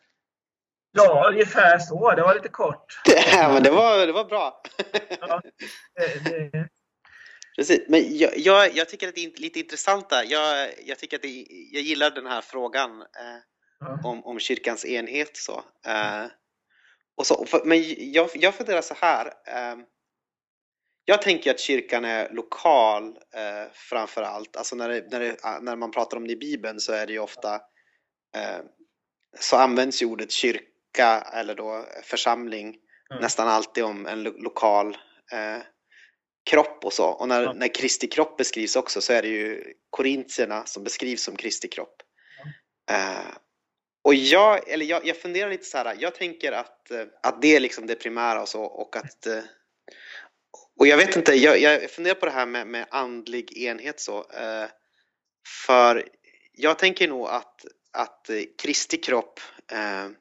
S3: Ja, ungefär så. Det var lite kort.
S2: Ja, men det var, det var bra.
S3: Ja, det, det...
S2: Precis. Men jag, jag, jag tycker att det är lite intressant där. Jag, jag tycker att det, jag gillar den här frågan eh, ja. om, om kyrkans enhet. Så. Eh, och så för, men jag, jag funderar så här. Eh, jag tänker att kyrkan är lokal eh, framför allt. Alltså när, det, när, det, när man pratar om det i Bibeln så är det ju ofta eh, så används ju ordet kyrka eller då församling mm. nästan alltid om en lo- lokal eh, kropp och så. Och när, ja. när Kristi kropp beskrivs också så är det ju korintierna som beskrivs som Kristi kropp. Ja. Uh, och jag, eller jag, jag funderar lite så här, jag tänker att, att det är liksom det primära och så. Och, att, uh, och jag vet inte, jag, jag funderar på det här med, med andlig enhet så. Uh, för jag tänker nog att, att Kristi kropp uh,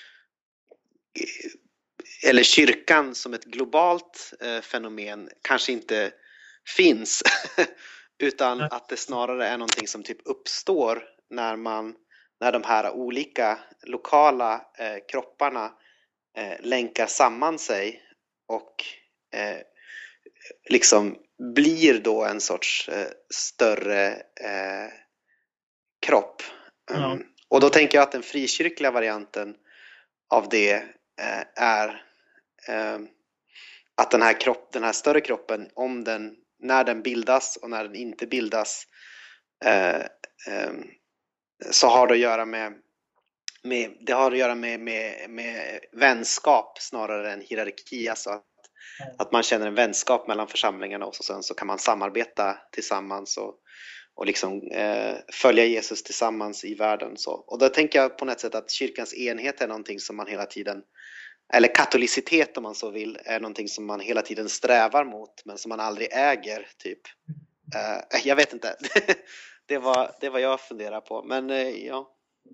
S2: eller kyrkan som ett globalt eh, fenomen kanske inte finns utan att det snarare är någonting som typ uppstår när man när de här olika lokala eh, kropparna eh, länkar samman sig och eh, liksom blir då en sorts eh, större eh, kropp. Mm.
S3: Ja.
S2: Och då tänker jag att den frikyrkliga varianten av det eh, är eh, att den här, kropp, den här större kroppen, om den, när den bildas och när den inte bildas eh, eh, så har det att göra med, med, det har att göra med, med, med vänskap snarare än hierarki. Alltså att, att man känner en vänskap mellan församlingarna och så, sen så kan man samarbeta tillsammans och, och liksom eh, följa Jesus tillsammans i världen. Så. Och då tänker jag på något sätt att kyrkans enhet är någonting som man hela tiden, eller katolicitet om man så vill, är någonting som man hela tiden strävar mot men som man aldrig äger typ. Eh, jag vet inte. det, var, det var jag funderar på. Men eh, ja.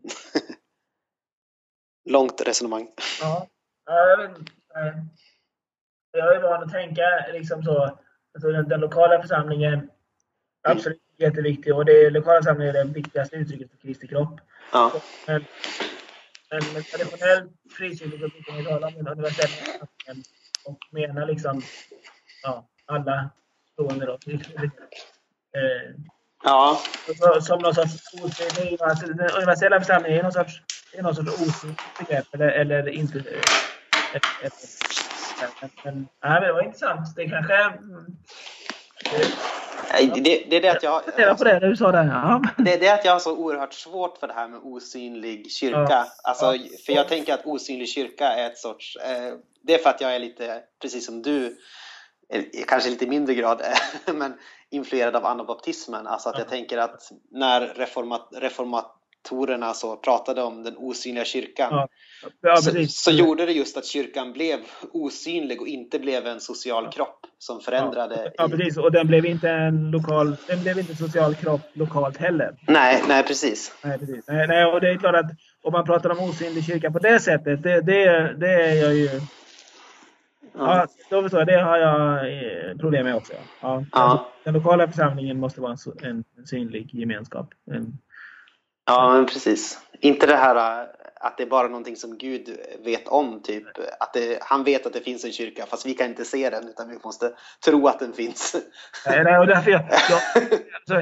S2: Långt resonemang.
S3: Ja, jag, vet, jag är van att tänka liksom så. Alltså den, den lokala församlingen absolut mm. jätteviktig, och det lokala församlingen är det viktigaste uttrycket för Kristi kropp.
S2: Ja.
S3: Men, men med traditionell frikyrka så brukar vi tala om en universell församling och menar liksom ja, alla stående då. Eh,
S2: ja.
S3: Så, som någon sorts osynlig, alltså den universella församlingen är någon sorts, är någon sorts osynlig begrepp eller, eller inte. Ett, ett, ett, men, men det var intressant. Det kanske det,
S2: Det, det är det att jag,
S3: jag på det, du sa det, ja.
S2: det är det att jag har så oerhört svårt för det här med osynlig kyrka. Ja. Alltså, för jag tänker att osynlig kyrka är ett sorts... Eh, det är för att jag är lite, precis som du, kanske lite mindre grad, men influerad av anabaptismen. Alltså att jag tänker att när reformat, reformatorerna så pratade om den osynliga kyrkan,
S3: ja. Ja,
S2: så, så gjorde det just att kyrkan blev osynlig och inte blev en social kropp som förändrade.
S3: Ja, ja precis. Och den blev inte en lokal, den blev inte en social kropp lokalt heller.
S2: Nej, nej precis.
S3: Nej, precis. Nej, nej, och det är klart att om man pratar om osynlig kyrka på det sättet, det, det, det är jag ju... Ja, ja då förstår jag. Det har jag problem med också. Ja.
S2: Ja.
S3: Alltså, den lokala församlingen måste vara en, en synlig gemenskap. En...
S2: Ja, men precis. Inte det här att det är bara någonting som Gud vet om, typ. Att det, han vet att det finns en kyrka, fast vi kan inte se den, utan vi måste tro att den finns.
S3: Nej, nej och därför jag, jag, alltså,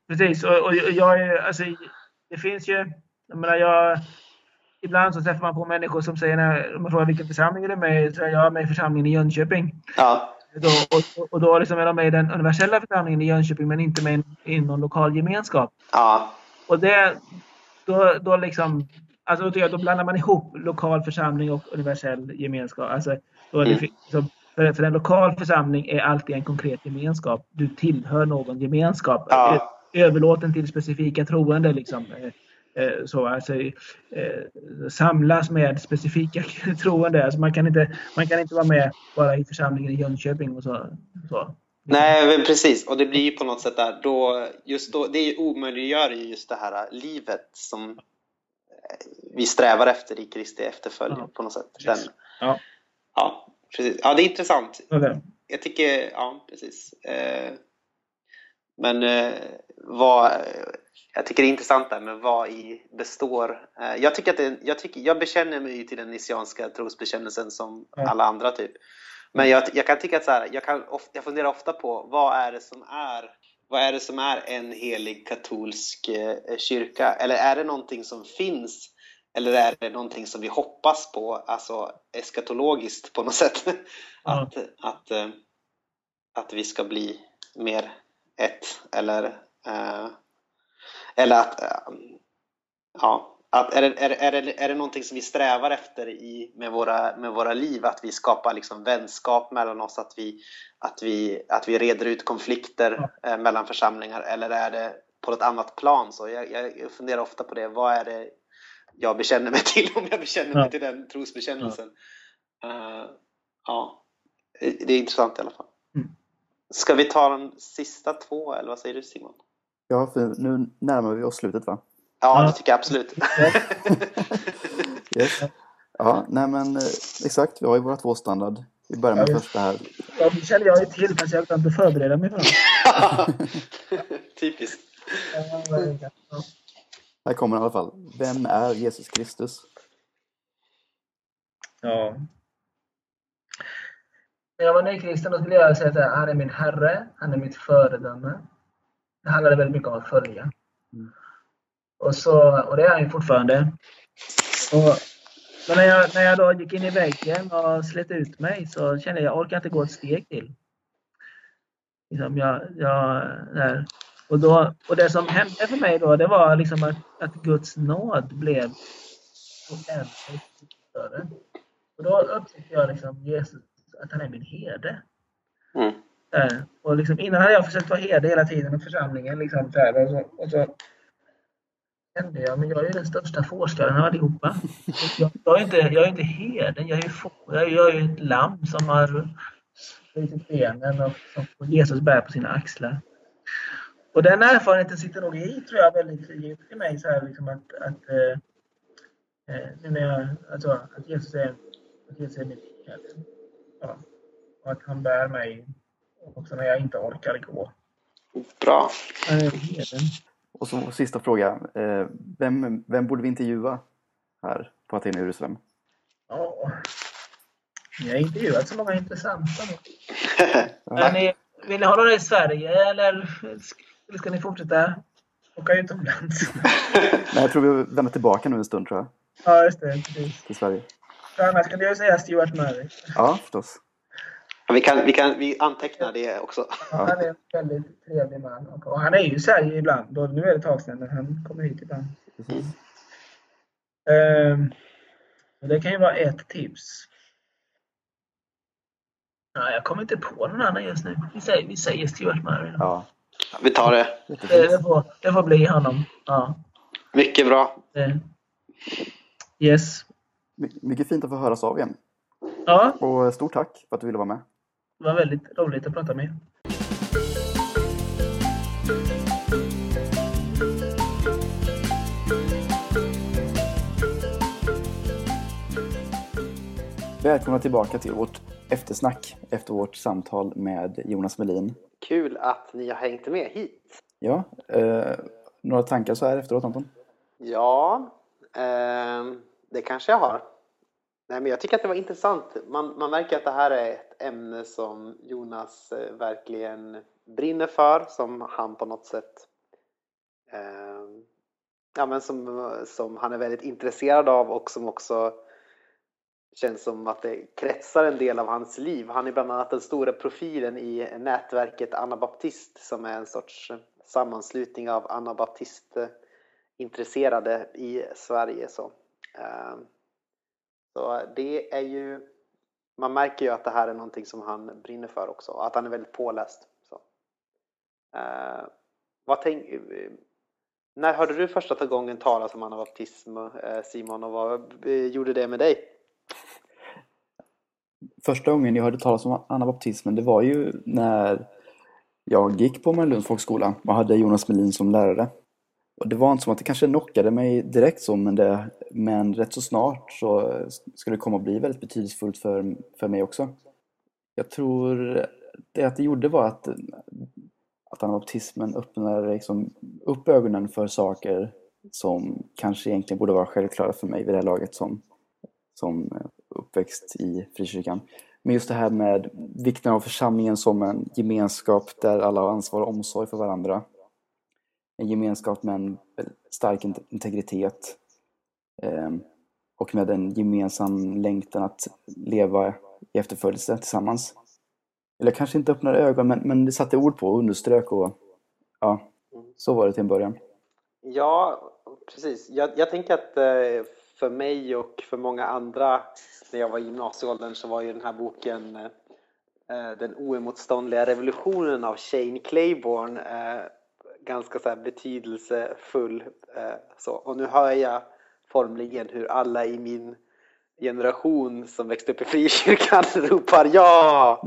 S3: Precis, och, och jag är, alltså, det finns ju, jag menar, jag, ibland så träffar man på människor som säger, när man frågar vilken församling är du med i, så är jag med i församlingen i Jönköping.
S2: Ja.
S3: Då, och, och då liksom är de med i den universella församlingen i Jönköping, men inte med i någon lokal gemenskap.
S2: Ja.
S3: Och det, då, då liksom, alltså då, tycker jag, då blandar man ihop lokal församling och universell gemenskap. Alltså, då är det,
S2: Mm.
S3: liksom, för, för en lokal församling är alltid en konkret gemenskap. Du tillhör någon gemenskap.
S2: Ja.
S3: Överlåten till specifika troende liksom. Så, alltså, eh, samlas med specifika troende. Alltså, man, kan inte, man kan inte vara med bara i församlingen i Jönköping och så. så.
S2: Nej, men precis. Och det blir ju på något sätt där, då, just då, det omöjliggör ju just det här livet som vi strävar efter i Kristi efterföljd, ja, på något sätt. Den,
S3: ja.
S2: Ja, precis. Ja, det är intressant.
S3: Okay.
S2: Jag tycker, ja, precis. Eh, men eh, vad... Jag tycker det är intressant där med vad i består. Jag tycker att det, jag, tycker, jag bekänner mig till den niceanska trosbekännelsen som ja. alla andra typ. Men jag, jag kan tycka att så här, jag, kan ofta, jag funderar ofta på vad är det som är vad är det som är en helig katolsk eh, kyrka? Eller är det någonting som finns? Eller är det någonting som vi hoppas på, alltså eskatologiskt på något sätt?
S3: Ja.
S2: att, att, eh, att vi ska bli mer ett eller eh, eller att ja, att är det, är, det, är, det, är det någonting som vi strävar efter i, med, våra, med våra liv, att vi skapar liksom vänskap mellan oss, att vi, att vi, att vi reder ut konflikter
S3: Ja.
S2: eh, mellan församlingar, eller är det på ett annat plan? Så jag, jag funderar ofta på det, vad är det jag bekänner mig till, om jag bekänner
S3: Ja.
S2: mig till den trosbekännelsen. Ja. Uh, ja, det är intressant i alla fall.
S3: Mm.
S2: Ska vi ta de sista två, eller vad säger du, Simon?
S1: Ja, för nu närmar vi oss slutet, va?
S2: Ja,
S3: Ja.
S2: det tycker jag absolut.
S1: Yes. Ja, nej men exakt, vi har ju våra två standard. Vi börjar med
S3: Ja,
S1: första här.
S3: Ja, det känner jag ju till, fast jag kan inte förbereda mig för det.
S2: Typiskt.
S3: Ja.
S1: Här kommer i alla fall. Vem är Jesus Kristus?
S3: Ja. När jag var nykristen, då skulle jag säga att han är min herre, han är mitt föredöme. Det handlade väldigt mycket om att följa.
S1: Mm.
S3: Och, så, och det är han ju fortfarande. Och, men när jag, när jag då gick in i väggen och slet ut mig, så kände jag att jag orkar inte gå ett steg till. Liksom jag, jag, där. Och, då, och det som hände för mig då, det var liksom att, att Guds nåd blev oändligt större. Och då upptäckte jag liksom Jesus, att han är min herde.
S2: Mm.
S3: Där. Och liksom, innan hade jag försökt vara herde hela tiden åt församlingen. Liksom, där, och så, och så kände jag, men jag är ju den största fårskallen av allihopa. Jag, jag, är inte, jag är inte herden, jag är ju, få, jag, jag är ju ett lamm som har slitit benen och som Jesus bär på sina axlar. Och den erfarenheten sitter nog i, tror jag, väldigt djupt i mig. Så här, liksom att, att, eh, nu när jag, alltså, att Jesus är, att Jesus är min herde. Ja. Och att han bär mig också när jag inte orkar gå.
S2: Bra.
S3: Han är herden.
S1: Och så sista fråga. Eh, vem, vem borde vi intervjua här på Aten och Jerusalem?
S3: Ja. Jag har intervjuat så många intressanta. Men ni, vill ni ha några i Sverige eller, eller ska ni fortsätta åka utomlands?
S1: Nej, jag tror vi vänder tillbaka nu en stund, tror jag.
S3: Ja, just det. Precis.
S1: Till Sverige.
S3: För annars kan jag ju säga Stuart Murray.
S1: Ja, förstås.
S2: Vi kan, vi kan vi antecknar det också.
S3: Ja, han är en väldigt trevlig man. Och han är ju i Sverige ibland. Och nu är det ett tag sedan, men han kommer hit ibland.
S1: Precis.
S3: Um, det kan ju vara ett tips. Ja, jag kommer inte på någon annan just nu. Vi säger, vi säger Stuart Murray.
S1: Ja.
S2: Vi tar det.
S3: Det, det, får, det får bli honom. Ja.
S2: Mycket bra.
S3: Det. Yes.
S1: My, mycket fint att få höras av igen.
S3: Ja.
S1: Och stort tack för att du ville vara med.
S3: Det var väldigt roligt att prata med er.
S1: Välkomna tillbaka till vårt eftersnack efter vårt samtal med Jonas Melin.
S2: Kul att ni har hängt med hit.
S1: Ja, eh, några tankar så här efteråt, Anton?
S2: Ja, eh, det kanske jag har. Nej, men jag tycker att det var intressant. Man, man märker att det här är ett ämne som Jonas eh, verkligen brinner för. Som han på något sätt eh, ja, men som, som han är väldigt intresserad av och som också känns som att det kretsar en del av hans liv. Han är bland annat den stora profilen i nätverket Anabaptist som är en sorts sammanslutning av anabaptistintresserade i Sverige. Så, eh, så det är ju, man märker ju att det här är någonting som han brinner för också, att han är väldigt påläst. Så. Eh, vad tänk, när hörde du första gången talas om anabaptism, Simon, och vad gjorde det med dig?
S1: Första gången jag hörde talas om anabaptismen, det var ju när jag gick på Mariannelunds folkskola och hade Jonas Melin som lärare. Och det var inte som att det kanske knockade mig direkt så, men, det, men rätt så snart så skulle det komma att bli väldigt betydelsefullt för, för mig också. Jag tror det att det gjorde var att, att anabaptismen öppnade liksom upp ögonen för saker som kanske egentligen borde vara självklara för mig vid det här laget som, som uppväxt i frikyrkan. Men just det här med vikten av församlingen som en gemenskap där alla har ansvar och omsorg för varandra. En gemenskap med en stark integritet. Eh, och med en gemensam längtan att leva i efterföljelse tillsammans. Eller kanske inte öppnade ögon, men, men det satte ord på och underströk. Och, ja, så var det till en början.
S2: Ja, precis. Jag, jag tänker att eh, för mig och för många andra när jag var i gymnasieåldern så var ju den här boken eh, Den oemotståndliga revolutionen av Shane Claiborne eh, ganska så här betydelsefull. Eh, så. Och nu hör jag formligen hur alla i min generation som växte upp i frikyrkan ropar ja!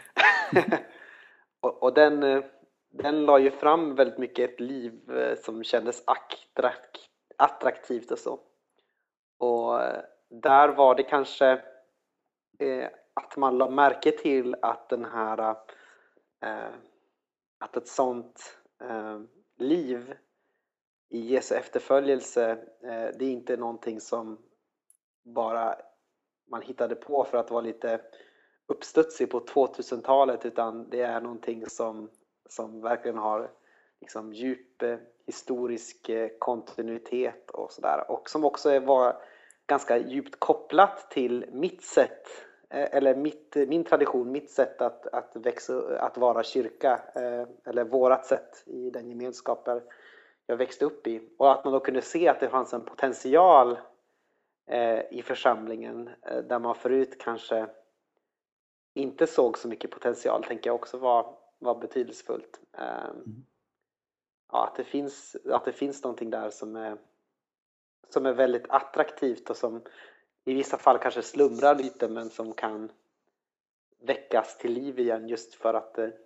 S2: och, och den, den la ju fram väldigt mycket ett liv som kändes attraktivt och så. Och där var det kanske eh, att man la märke till att den här eh, att ett sånt eh, liv i Jesu efterföljelse eh, det är inte någonting som bara man hittade på för att vara lite uppstudsig på tvåtusentalet, utan det är någonting som, som verkligen har liksom djup eh, historisk eh, kontinuitet och sådär, och som också är, var ganska djupt kopplat till mitt sätt eh, eller mitt, min tradition, mitt sätt att, att växa, att vara kyrka eh, eller vårat sätt i den gemenskapen jag växte upp i, och att man då kunde se att det fanns en potential eh, i församlingen eh, där man förut kanske inte såg så mycket potential, tänker jag också var, var betydelsefullt. Eh, mm. Ja, att det finns, att det finns någonting där som är, som är väldigt attraktivt och som i vissa fall kanske slumrar lite, men som kan väckas till liv igen just för att, eh,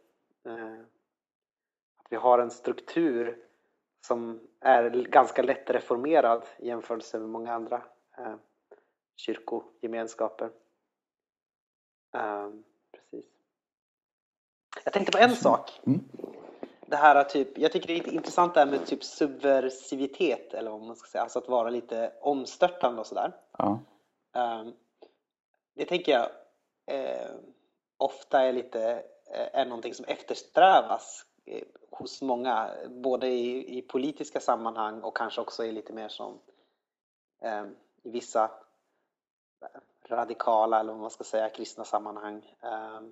S2: att vi har en struktur som är ganska lätt reformerad i jämförelse med många andra eh, kyrkogemenskaper. Eh, precis. Jag tänkte på en sak.
S1: Mm.
S2: Det här typ, jag tycker det är lite intressant det här med typ subversivitet, eller vad man ska säga, alltså att vara lite omstörtande och sådär.
S1: Ja.
S2: Eh, det tänker jag eh, ofta är lite är någonting som eftersträvas hos många, både i, i politiska sammanhang och kanske också i lite mer som eh, i vissa radikala, eller vad man ska säga, kristna sammanhang. Eh,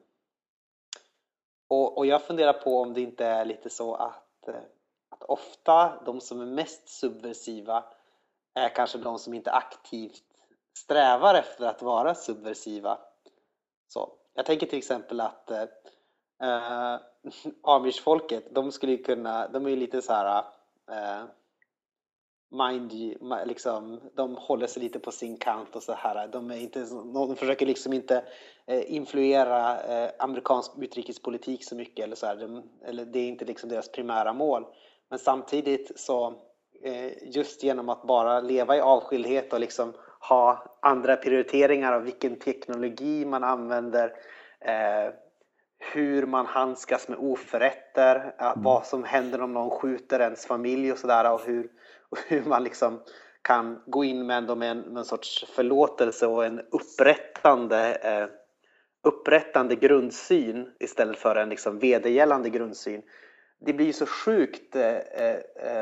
S2: och, och jag funderar på om det inte är lite så att, att ofta de som är mest subversiva är kanske de som inte aktivt strävar efter att vara subversiva. Så, jag tänker till exempel att eh, Amish-folket, de skulle ju kunna, de är ju lite så här eh, mind, liksom, de håller sig lite på sin kant och så här. De är inte, de försöker liksom inte eh, influera eh, amerikansk utrikespolitik så mycket eller så här. De, eller det är inte liksom deras primära mål. Men samtidigt så eh, just genom att bara leva i avskildhet och liksom ha andra prioriteringar av vilken teknologi man använder, eh, hur man handskas med oförrätter, mm. vad som händer om någon skjuter ens familj och sådär, och hur, och hur man liksom kan gå in med, ändå med, en, med en sorts förlåtelse och en upprättande, eh, upprättande grundsyn istället för en liksom vedergällande grundsyn. Det blir ju så sjukt eh, eh,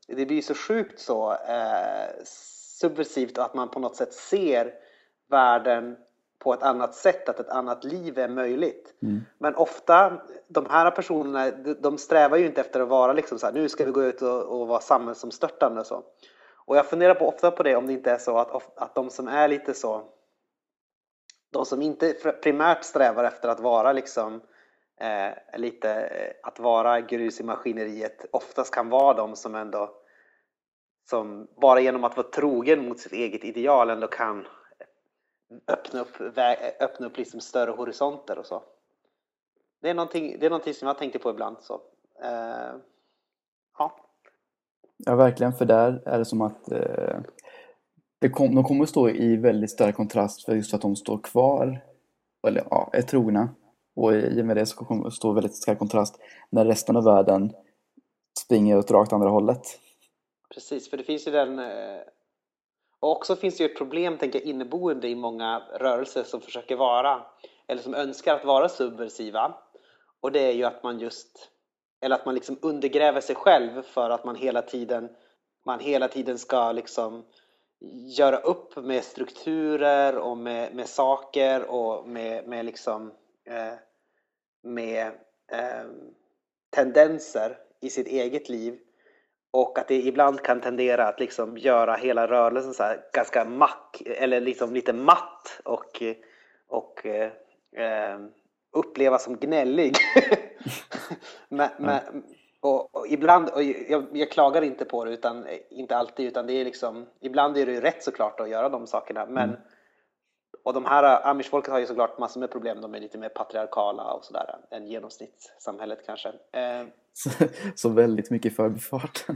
S2: det blir så sjukt så eh, subversivt att man på något sätt ser världen på ett annat sätt, att ett annat liv är möjligt.
S1: Mm.
S2: Men ofta, de här personerna, de strävar ju inte efter att vara liksom så här, nu ska vi gå ut och, och vara samhällsomstörtande och så. Och jag funderar på, ofta på det, om det inte är så att, att de som är lite så, de som inte primärt strävar efter att vara liksom eh, lite, att vara grus i maskineriet, oftast kan vara de som ändå, som bara genom att vara trogen mot sitt eget ideal ändå kan öppna upp, öppna upp liksom större horisonter och så. Det är någonting, det är någonting som jag tänkte på ibland. Så. Uh, ja.
S1: Ja, verkligen. För där är det som att eh, det kom, de kommer att stå i väldigt stark kontrast för just att de står kvar, eller ja, är trogna. Och i och med det så kommer det att stå väldigt stark kontrast när resten av världen springer åt rakt andra hållet.
S2: Precis, för det finns ju den... Och också finns det ju ett problem, tänker jag, inneboende i många rörelser som försöker vara, eller som önskar att vara subversiva. Och det är ju att man just, eller att man liksom undergräver sig själv för att man hela tiden, man hela tiden ska liksom göra upp med strukturer och med, med saker och med, med liksom eh, med eh, tendenser i sitt eget liv. Och att det ibland kan tendera att liksom göra hela rörelsen så här ganska mack, eller liksom lite matt och, och eh, upplevas som gnällig. men, men, och, och ibland, och jag, jag klagar inte på det, utan inte alltid, utan det är liksom, ibland är det ju rätt såklart att göra de sakerna. Men, mm. Och de här Amish-folket har ju såklart massor med problem, de är lite mer patriarkala och sådär än genomsnittssamhället kanske. Eh,
S1: så, så väldigt mycket förbifarten.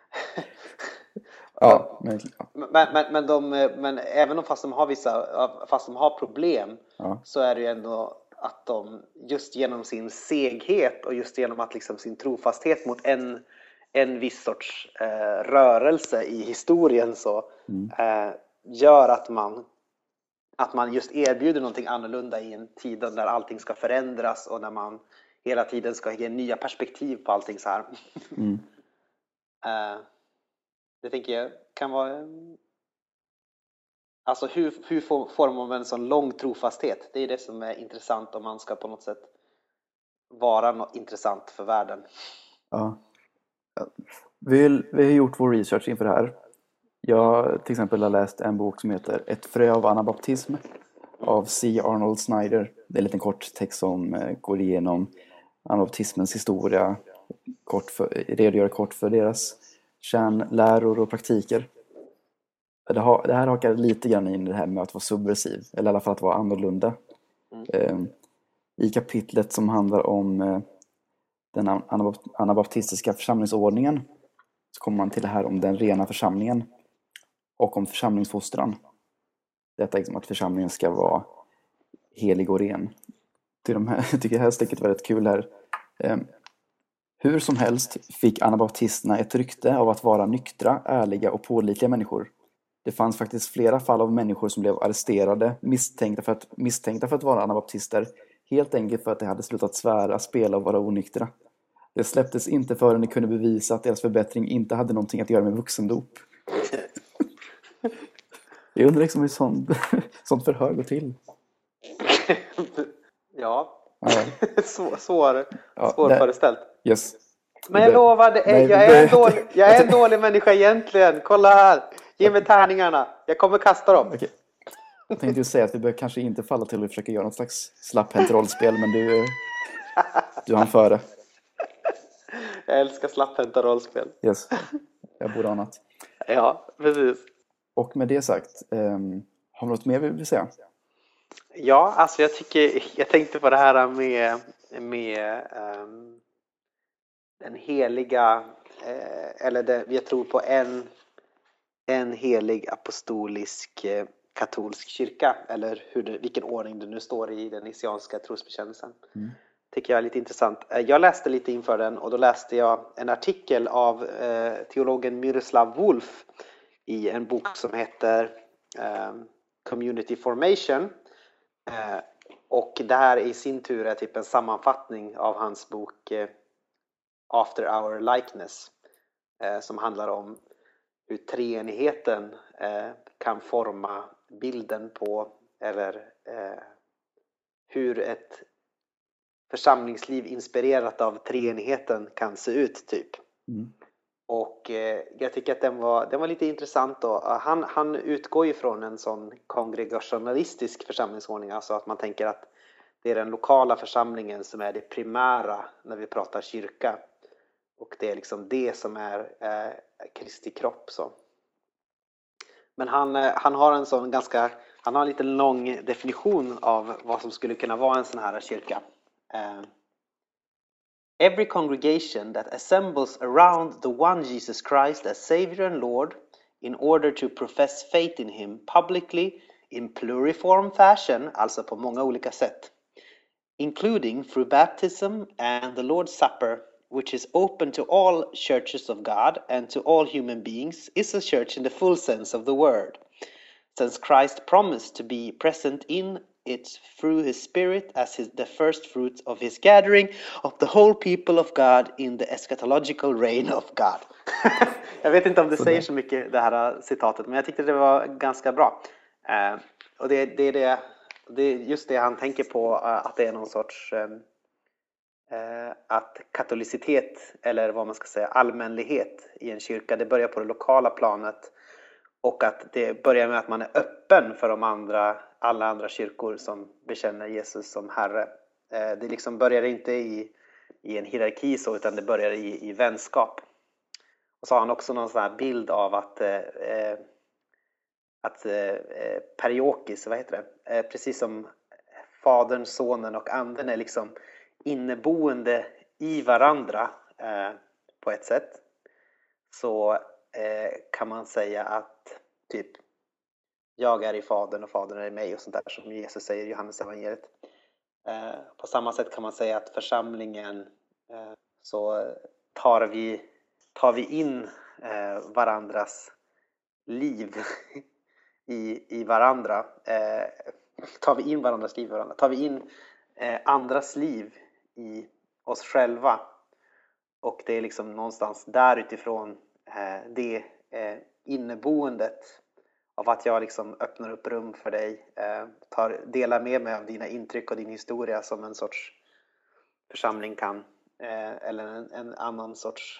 S1: Ja, men, ja.
S2: Men, men, men, de, men även om fast de har vissa, fast de har problem, ja. Så är det ju ändå att de just genom sin seghet och just genom att liksom sin trofasthet mot en, en viss sorts eh, rörelse i historien så mm. eh, gör att man att man just erbjuder någonting annorlunda i en tid där allting ska förändras och när man hela tiden ska ge nya perspektiv på allting så här. Mm. uh, det tänker jag kan vara, alltså hur, hur formar man en sån lång trofasthet? Det är det som är intressant om man ska på något sätt vara något intressant för världen.
S1: Ja. Vi, vi har gjort vår research inför det här. Jag till exempel har läst en bok som heter Ett frö av anabaptism av C. Arnold Snyder. Det är en liten kort text som går igenom anabaptismens historia, kort för, redogör kort för deras kärnläror och praktiker. Det, har, det här hakar lite grann in i det här med att vara subversiv, eller i alla fall att vara annorlunda. Mm. I kapitlet som handlar om den anabaptistiska församlingsordningen så kommer man till det här om den rena församlingen och om församlingsfostran. Detta är liksom att församlingen ska vara helig och ren. Jag tycker det här stycket var rätt kul här. Hur som helst fick anabaptisterna ett rykte av att vara nyktra, ärliga och pålitliga människor. Det fanns faktiskt flera fall av människor som blev arresterade, misstänkta för att, misstänkta för att vara anabaptister, helt enkelt för att de hade slutat svära, spela och vara onyktra. Det släpptes inte förrän de kunde bevisa att deras förbättring inte hade någonting att göra med vuxendop. Jag undrar liksom hur sånt, sånt förhör går till.
S2: Ja, ja. Svår, svår,
S1: ja,
S2: svårföreställt.
S1: Yes.
S2: Men jag lovar, det är, Nej, jag, är en dålig, jag är en dålig människa egentligen. Kolla här, ge mig tärningarna. Jag kommer kasta dem.
S1: Okay. Jag tänkte ju säga att vi bör kanske inte falla till att försöka göra något slags slapphänt rollspel, men du, du hann före.
S2: Jag älskar slapphänta rollspel.
S1: Yes, jag borde ha annat.
S2: Ja, precis.
S1: Och med det sagt, um, har du något mer vi vill säga?
S2: Ja, alltså jag tycker, jag tänkte på det här med, med um, den heliga, eh, eller det, jag tror på en, en helig apostolisk eh, katolsk kyrka, eller hur det, vilken ordning det nu står i den nicéanska trosbekännelsen. Mm. Tycker jag är lite intressant. Jag läste lite inför den och då läste jag en artikel av eh, teologen Miroslav Volf i en bok som heter eh, Community Formation. Eh, och det här i sin tur är typ en sammanfattning av hans bok eh, After Our Likeness. eh, som handlar om hur treenigheten eh, kan forma bilden på, eller eh, hur ett församlingsliv inspirerat av treenigheten kan se ut typ.
S1: Mm.
S2: Och eh, jag tycker att den var, den var lite intressant då. Han, han utgår ju från en sån kongregationalistisk församlingsordning, alltså att man tänker att det är den lokala församlingen som är det primära när vi pratar kyrka. Och det är liksom det som är eh, Kristi kropp. Så. Men han, eh, han har en sån ganska, han har en lite lång definition av vad som skulle kunna vara en sån här kyrka. Eh, Every congregation that assembles around the one Jesus Christ as Savior and Lord in order to profess faith in him publicly in pluriform fashion, alltså på många olika sätt, including through baptism and the Lord's Supper, which is open to all churches of God and to all human beings, is a church in the full sense of the word, since Christ promised to be present in it through his spirit as his, the first fruit of his gathering of the whole people of God in the eschatological reign of God. Jag vet inte om det säger så mycket det här citatet, men jag tyckte det var ganska bra. Eh, och det, det är det, det är just det han tänker på, att det är någon sorts eh, att katolicitet, eller vad man ska säga, allmänlighet i en kyrka, det börjar på det lokala planet. Och att det börjar med att man är öppen för de andra, alla andra kyrkor som bekänner Jesus som Herre. Det liksom börjar inte i, i en hierarki så, utan det börjar i, i vänskap. Och så har han också någon sån här bild av att, eh, att eh, periokis, vad heter det? Eh, precis som Fadern, Sonen och Anden är liksom inneboende i varandra eh, på ett sätt. Så kan man säga att typ jag är i Fadern och Fadern är i mig och sånt där som Jesus säger i Johannes evangeliet. På samma sätt kan man säga att församlingen, så tar vi, tar vi in varandras liv i, i varandra. Tar vi in varandras liv i varandra. Tar vi in andras liv i oss själva. Och det är liksom någonstans där utifrån det inneboendet av att jag liksom öppnar upp rum för dig, tar, delar med mig av dina intryck och din historia som en sorts församling kan, eller en, en annan sorts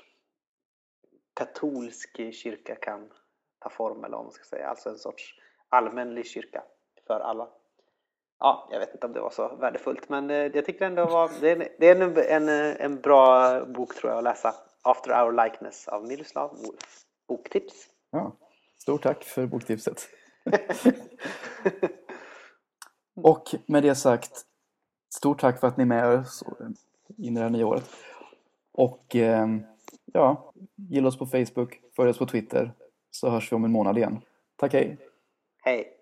S2: katolsk kyrka kan ta form, eller vad man ska säga, alltså en sorts allmänlig kyrka för alla. Ja, jag vet inte om det var så värdefullt, men jag tycker ändå var, det är, det är en, en, en bra bok tror jag att läsa. After Our Likeness av Miroslav Volf. Boktips.
S1: Ja, stort tack för boktipset. Och med det sagt, stort tack för att ni är med oss in i det här nya året. Och ja, gilla oss på Facebook, följ oss på Twitter, så hörs vi om en månad igen. Tack, hej!
S2: Hej!